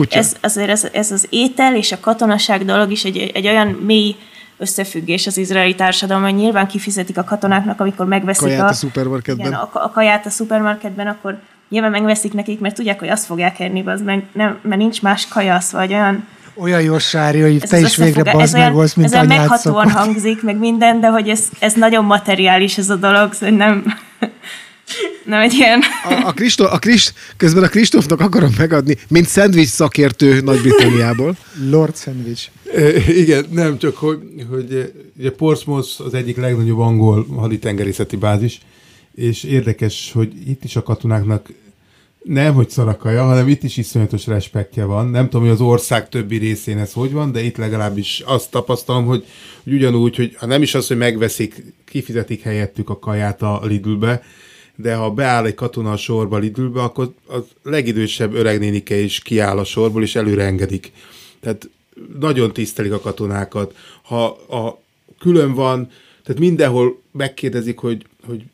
ez az étel és a katonaság dolog is egy olyan mély összefüggés az izraeli társadalom, hogy nyilván kifizetik a katonáknak, amikor megveszik kaját a szupermarketben. Igen, a kaját a szupermarketben, akkor nyilván megveszik nekik, mert tudják, hogy azt fogják enni, mert nincs más kaja, szóval olyan jó sárja, hogy te is végre bazd meg volsz, mint anyád meghatóan szokott. Hangzik, meg minden, de hogy ez nagyon materiális ez a dolog, szóval nem egy ilyen... Közben a Kristófnak akarom megadni, mint szendvics szakértő Nagy-Britanniából. Lord Sandwich. Igen, nem csak, hogy ugye Portsmouth az egyik legnagyobb angol haditengerészeti bázis, és érdekes, hogy itt is a katonáknak nem, hogy szarakaja, hanem itt is iszonyatos respektje van. Nem tudom, hogy az ország többi részén ez hogy van, de itt legalábbis azt tapasztalom, hogy ugyanúgy, hogy ha nem is az, hogy megveszik, kifizetik helyettük a kaját a Lidlbe, de ha beáll egy katona a sorba Lidlbe, akkor a legidősebb öregnénike is kiáll a sorból, és előre engedik. Tehát nagyon tisztelik a katonákat. Ha külön van, tehát mindenhol megkérdezik, hogy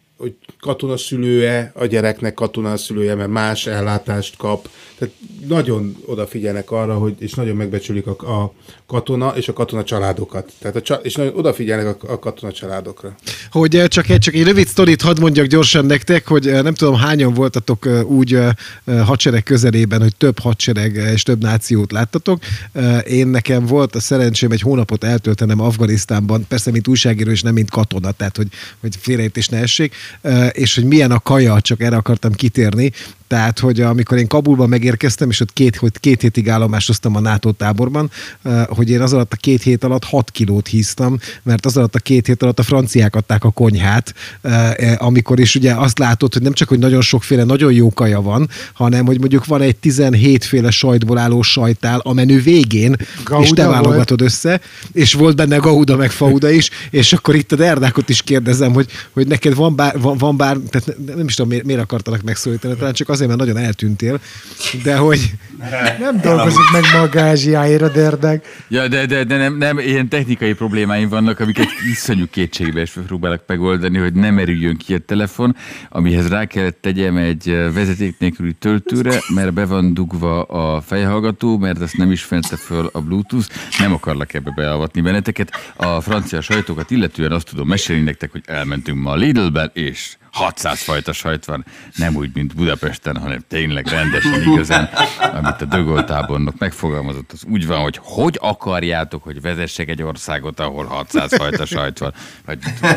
katonaszülője, a gyereknek katonaszülője, mert más ellátást kap. Tehát nagyon odafigyelnek arra, és nagyon megbecsülik a katona és a katona családokat. Tehát és nagyon odafigyelnek a katona családokra. Hogy csak egy rövid sztorit hadd mondjak gyorsan nektek, hogy nem tudom hányan voltatok úgy hadsereg közelében, hogy több hadsereg és több nációt láttatok. Én nekem volt a szerencsém egy hónapot eltöltenem Afganisztánban, persze mint újságíró és nem mint katona, tehát hogy félreértés ne essék, és hogy milyen a kaja, csak erre akartam kitérni. Tehát, hogy amikor én Kabulban megérkeztem, és ott két hétig állomásoztam a NATO táborban, hogy én az alatt a 2 hét alatt 6 kilót híztam, mert az alatt a 2 hét alatt a franciák adták a konyhát, amikor is ugye azt látod, hogy nem csak, hogy nagyon sokféle, nagyon jó kaja van, hanem, hogy mondjuk van egy 17 féle sajtból álló sajtál a menü végén, Gauda és te válogatod össze, és volt benne Gauda meg Fauda is, és akkor itt a Derdákot is kérdezem, hogy neked van bár, tehát nem is tudom, miért akartalak megszólítani, talán csak azért, mert nagyon eltűntél, de hogy... Nem dolgozik meg ma a gázsiáért a Derdák. Ja, de nem, ilyen technikai problémáim vannak, amiket iszonyú kétségbe és próbálok megoldani, hogy nem merüljön ki a telefon, amihez rá kellett tegyem egy vezeték nélküli töltőre, mert be van dugva a fejhallgató, mert azt nem ismerte föl a Bluetooth, nem akarlak ebbe beavatni benneteket. A francia sajtókat illetően azt tudom mesélni nektek, hogy elmentünk ma a Lidlben, és 600 fajta sajt van, nem úgy, mint Budapesten, hanem tényleg rendesen igazán, amit a De Gaulle tábornok megfogalmazott, az úgy van, hogy akarjátok, hogy vezessek egy országot, ahol 600 fajta sajt van, vagy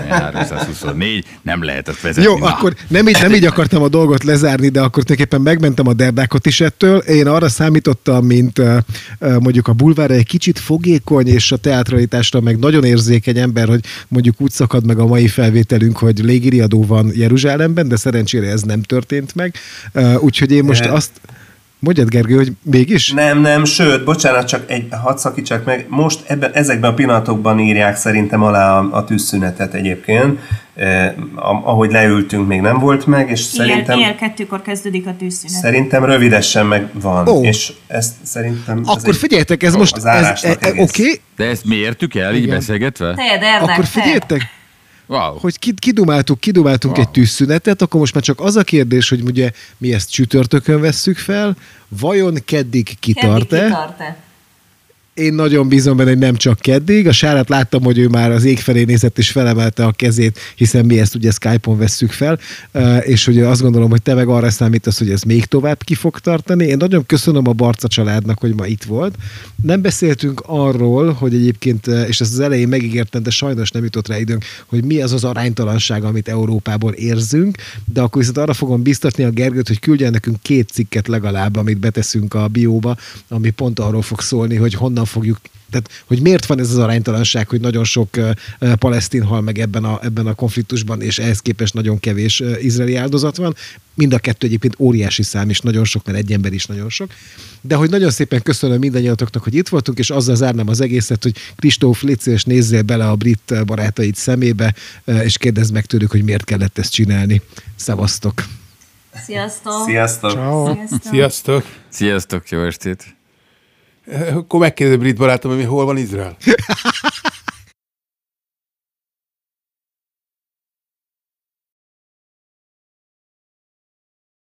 324, nem lehet azt vezetni. Jó, akkor nem így akartam a dolgot lezárni, de akkor tulajdonképpen megmentem a Derdákot is ettől. Én arra számítottam, mint mondjuk a bulvárra egy kicsit fogékony, és a teatralitásra meg nagyon érzékeny ember, hogy mondjuk úgy szakad meg a mai felvételünk, hogy légiriadó van Jeruzsálemben, de szerencsére ez nem történt meg. Úgyhogy én most azt... Mondjad, Gergő, hogy mégis? Nem, sőt, bocsánat, csak hadd szakítsak meg. Most ezekben a pillanatokban írják szerintem alá a tűzszünetet egyébként. Ahogy leültünk, még nem volt meg, és szerintem... Ilyen 2-kor kezdődik a tűzszünet. Szerintem rövidesen meg van, és ezt szerintem... Akkor figyeljetek, ez most... Oké. De ezt mi értük el, így beszélgetve? Akkor figyeljetek, wow. Hogy kidumáltunk egy tűzszünetet, akkor most már csak az a kérdés, hogy ugye mi ezt csütörtökön vesszük fel, vajon keddig kitart-e? Én nagyon bízom benne, hogy nem csak keddig. A Sárát láttam, hogy ő már az ég felé nézett és felemelte a kezét, hiszen mi ezt ugye Skype-on vesszük fel, és hogy azt gondolom, hogy te meg arra számítasz, hogy ez még tovább ki fog tartani. Én nagyon köszönöm a Barca családnak, hogy ma itt volt. Nem beszéltünk arról, hogy egyébként, és ezt az elején megígértem, de sajnos nem jutott rá időnk, hogy mi az az aránytalanság, amit Európából érzünk, de akkor viszont arra fogom biztatni a Gergőt, hogy küldjen nekünk 2 cikket legalább, amit beteszünk a bióba, ami pont arról fog szólni, hogy honnan honnan fogjuk, tehát hogy miért van ez az aránytalanság, hogy nagyon sok palesztin hal meg ebben a konfliktusban, és ehhez képest nagyon kevés izraeli áldozat van. Mind a kettő egyébként óriási szám, és nagyon sok, mert egy ember is nagyon sok. De hogy nagyon szépen köszönöm mindannyiatoknak, hogy itt voltunk, és azzal zárnám az egészet, hogy Kristóf, légy szíves, nézzél bele a brit barátaid szemébe, és kérdezd meg tőlük, hogy miért kellett ezt csinálni. Szevasztok! Sziasztok! Sziasztok! Ciao. Sziasztok! Sziasztok, jó estét! Akkor megkérdezem brit barátom, hogy hol van Izrael?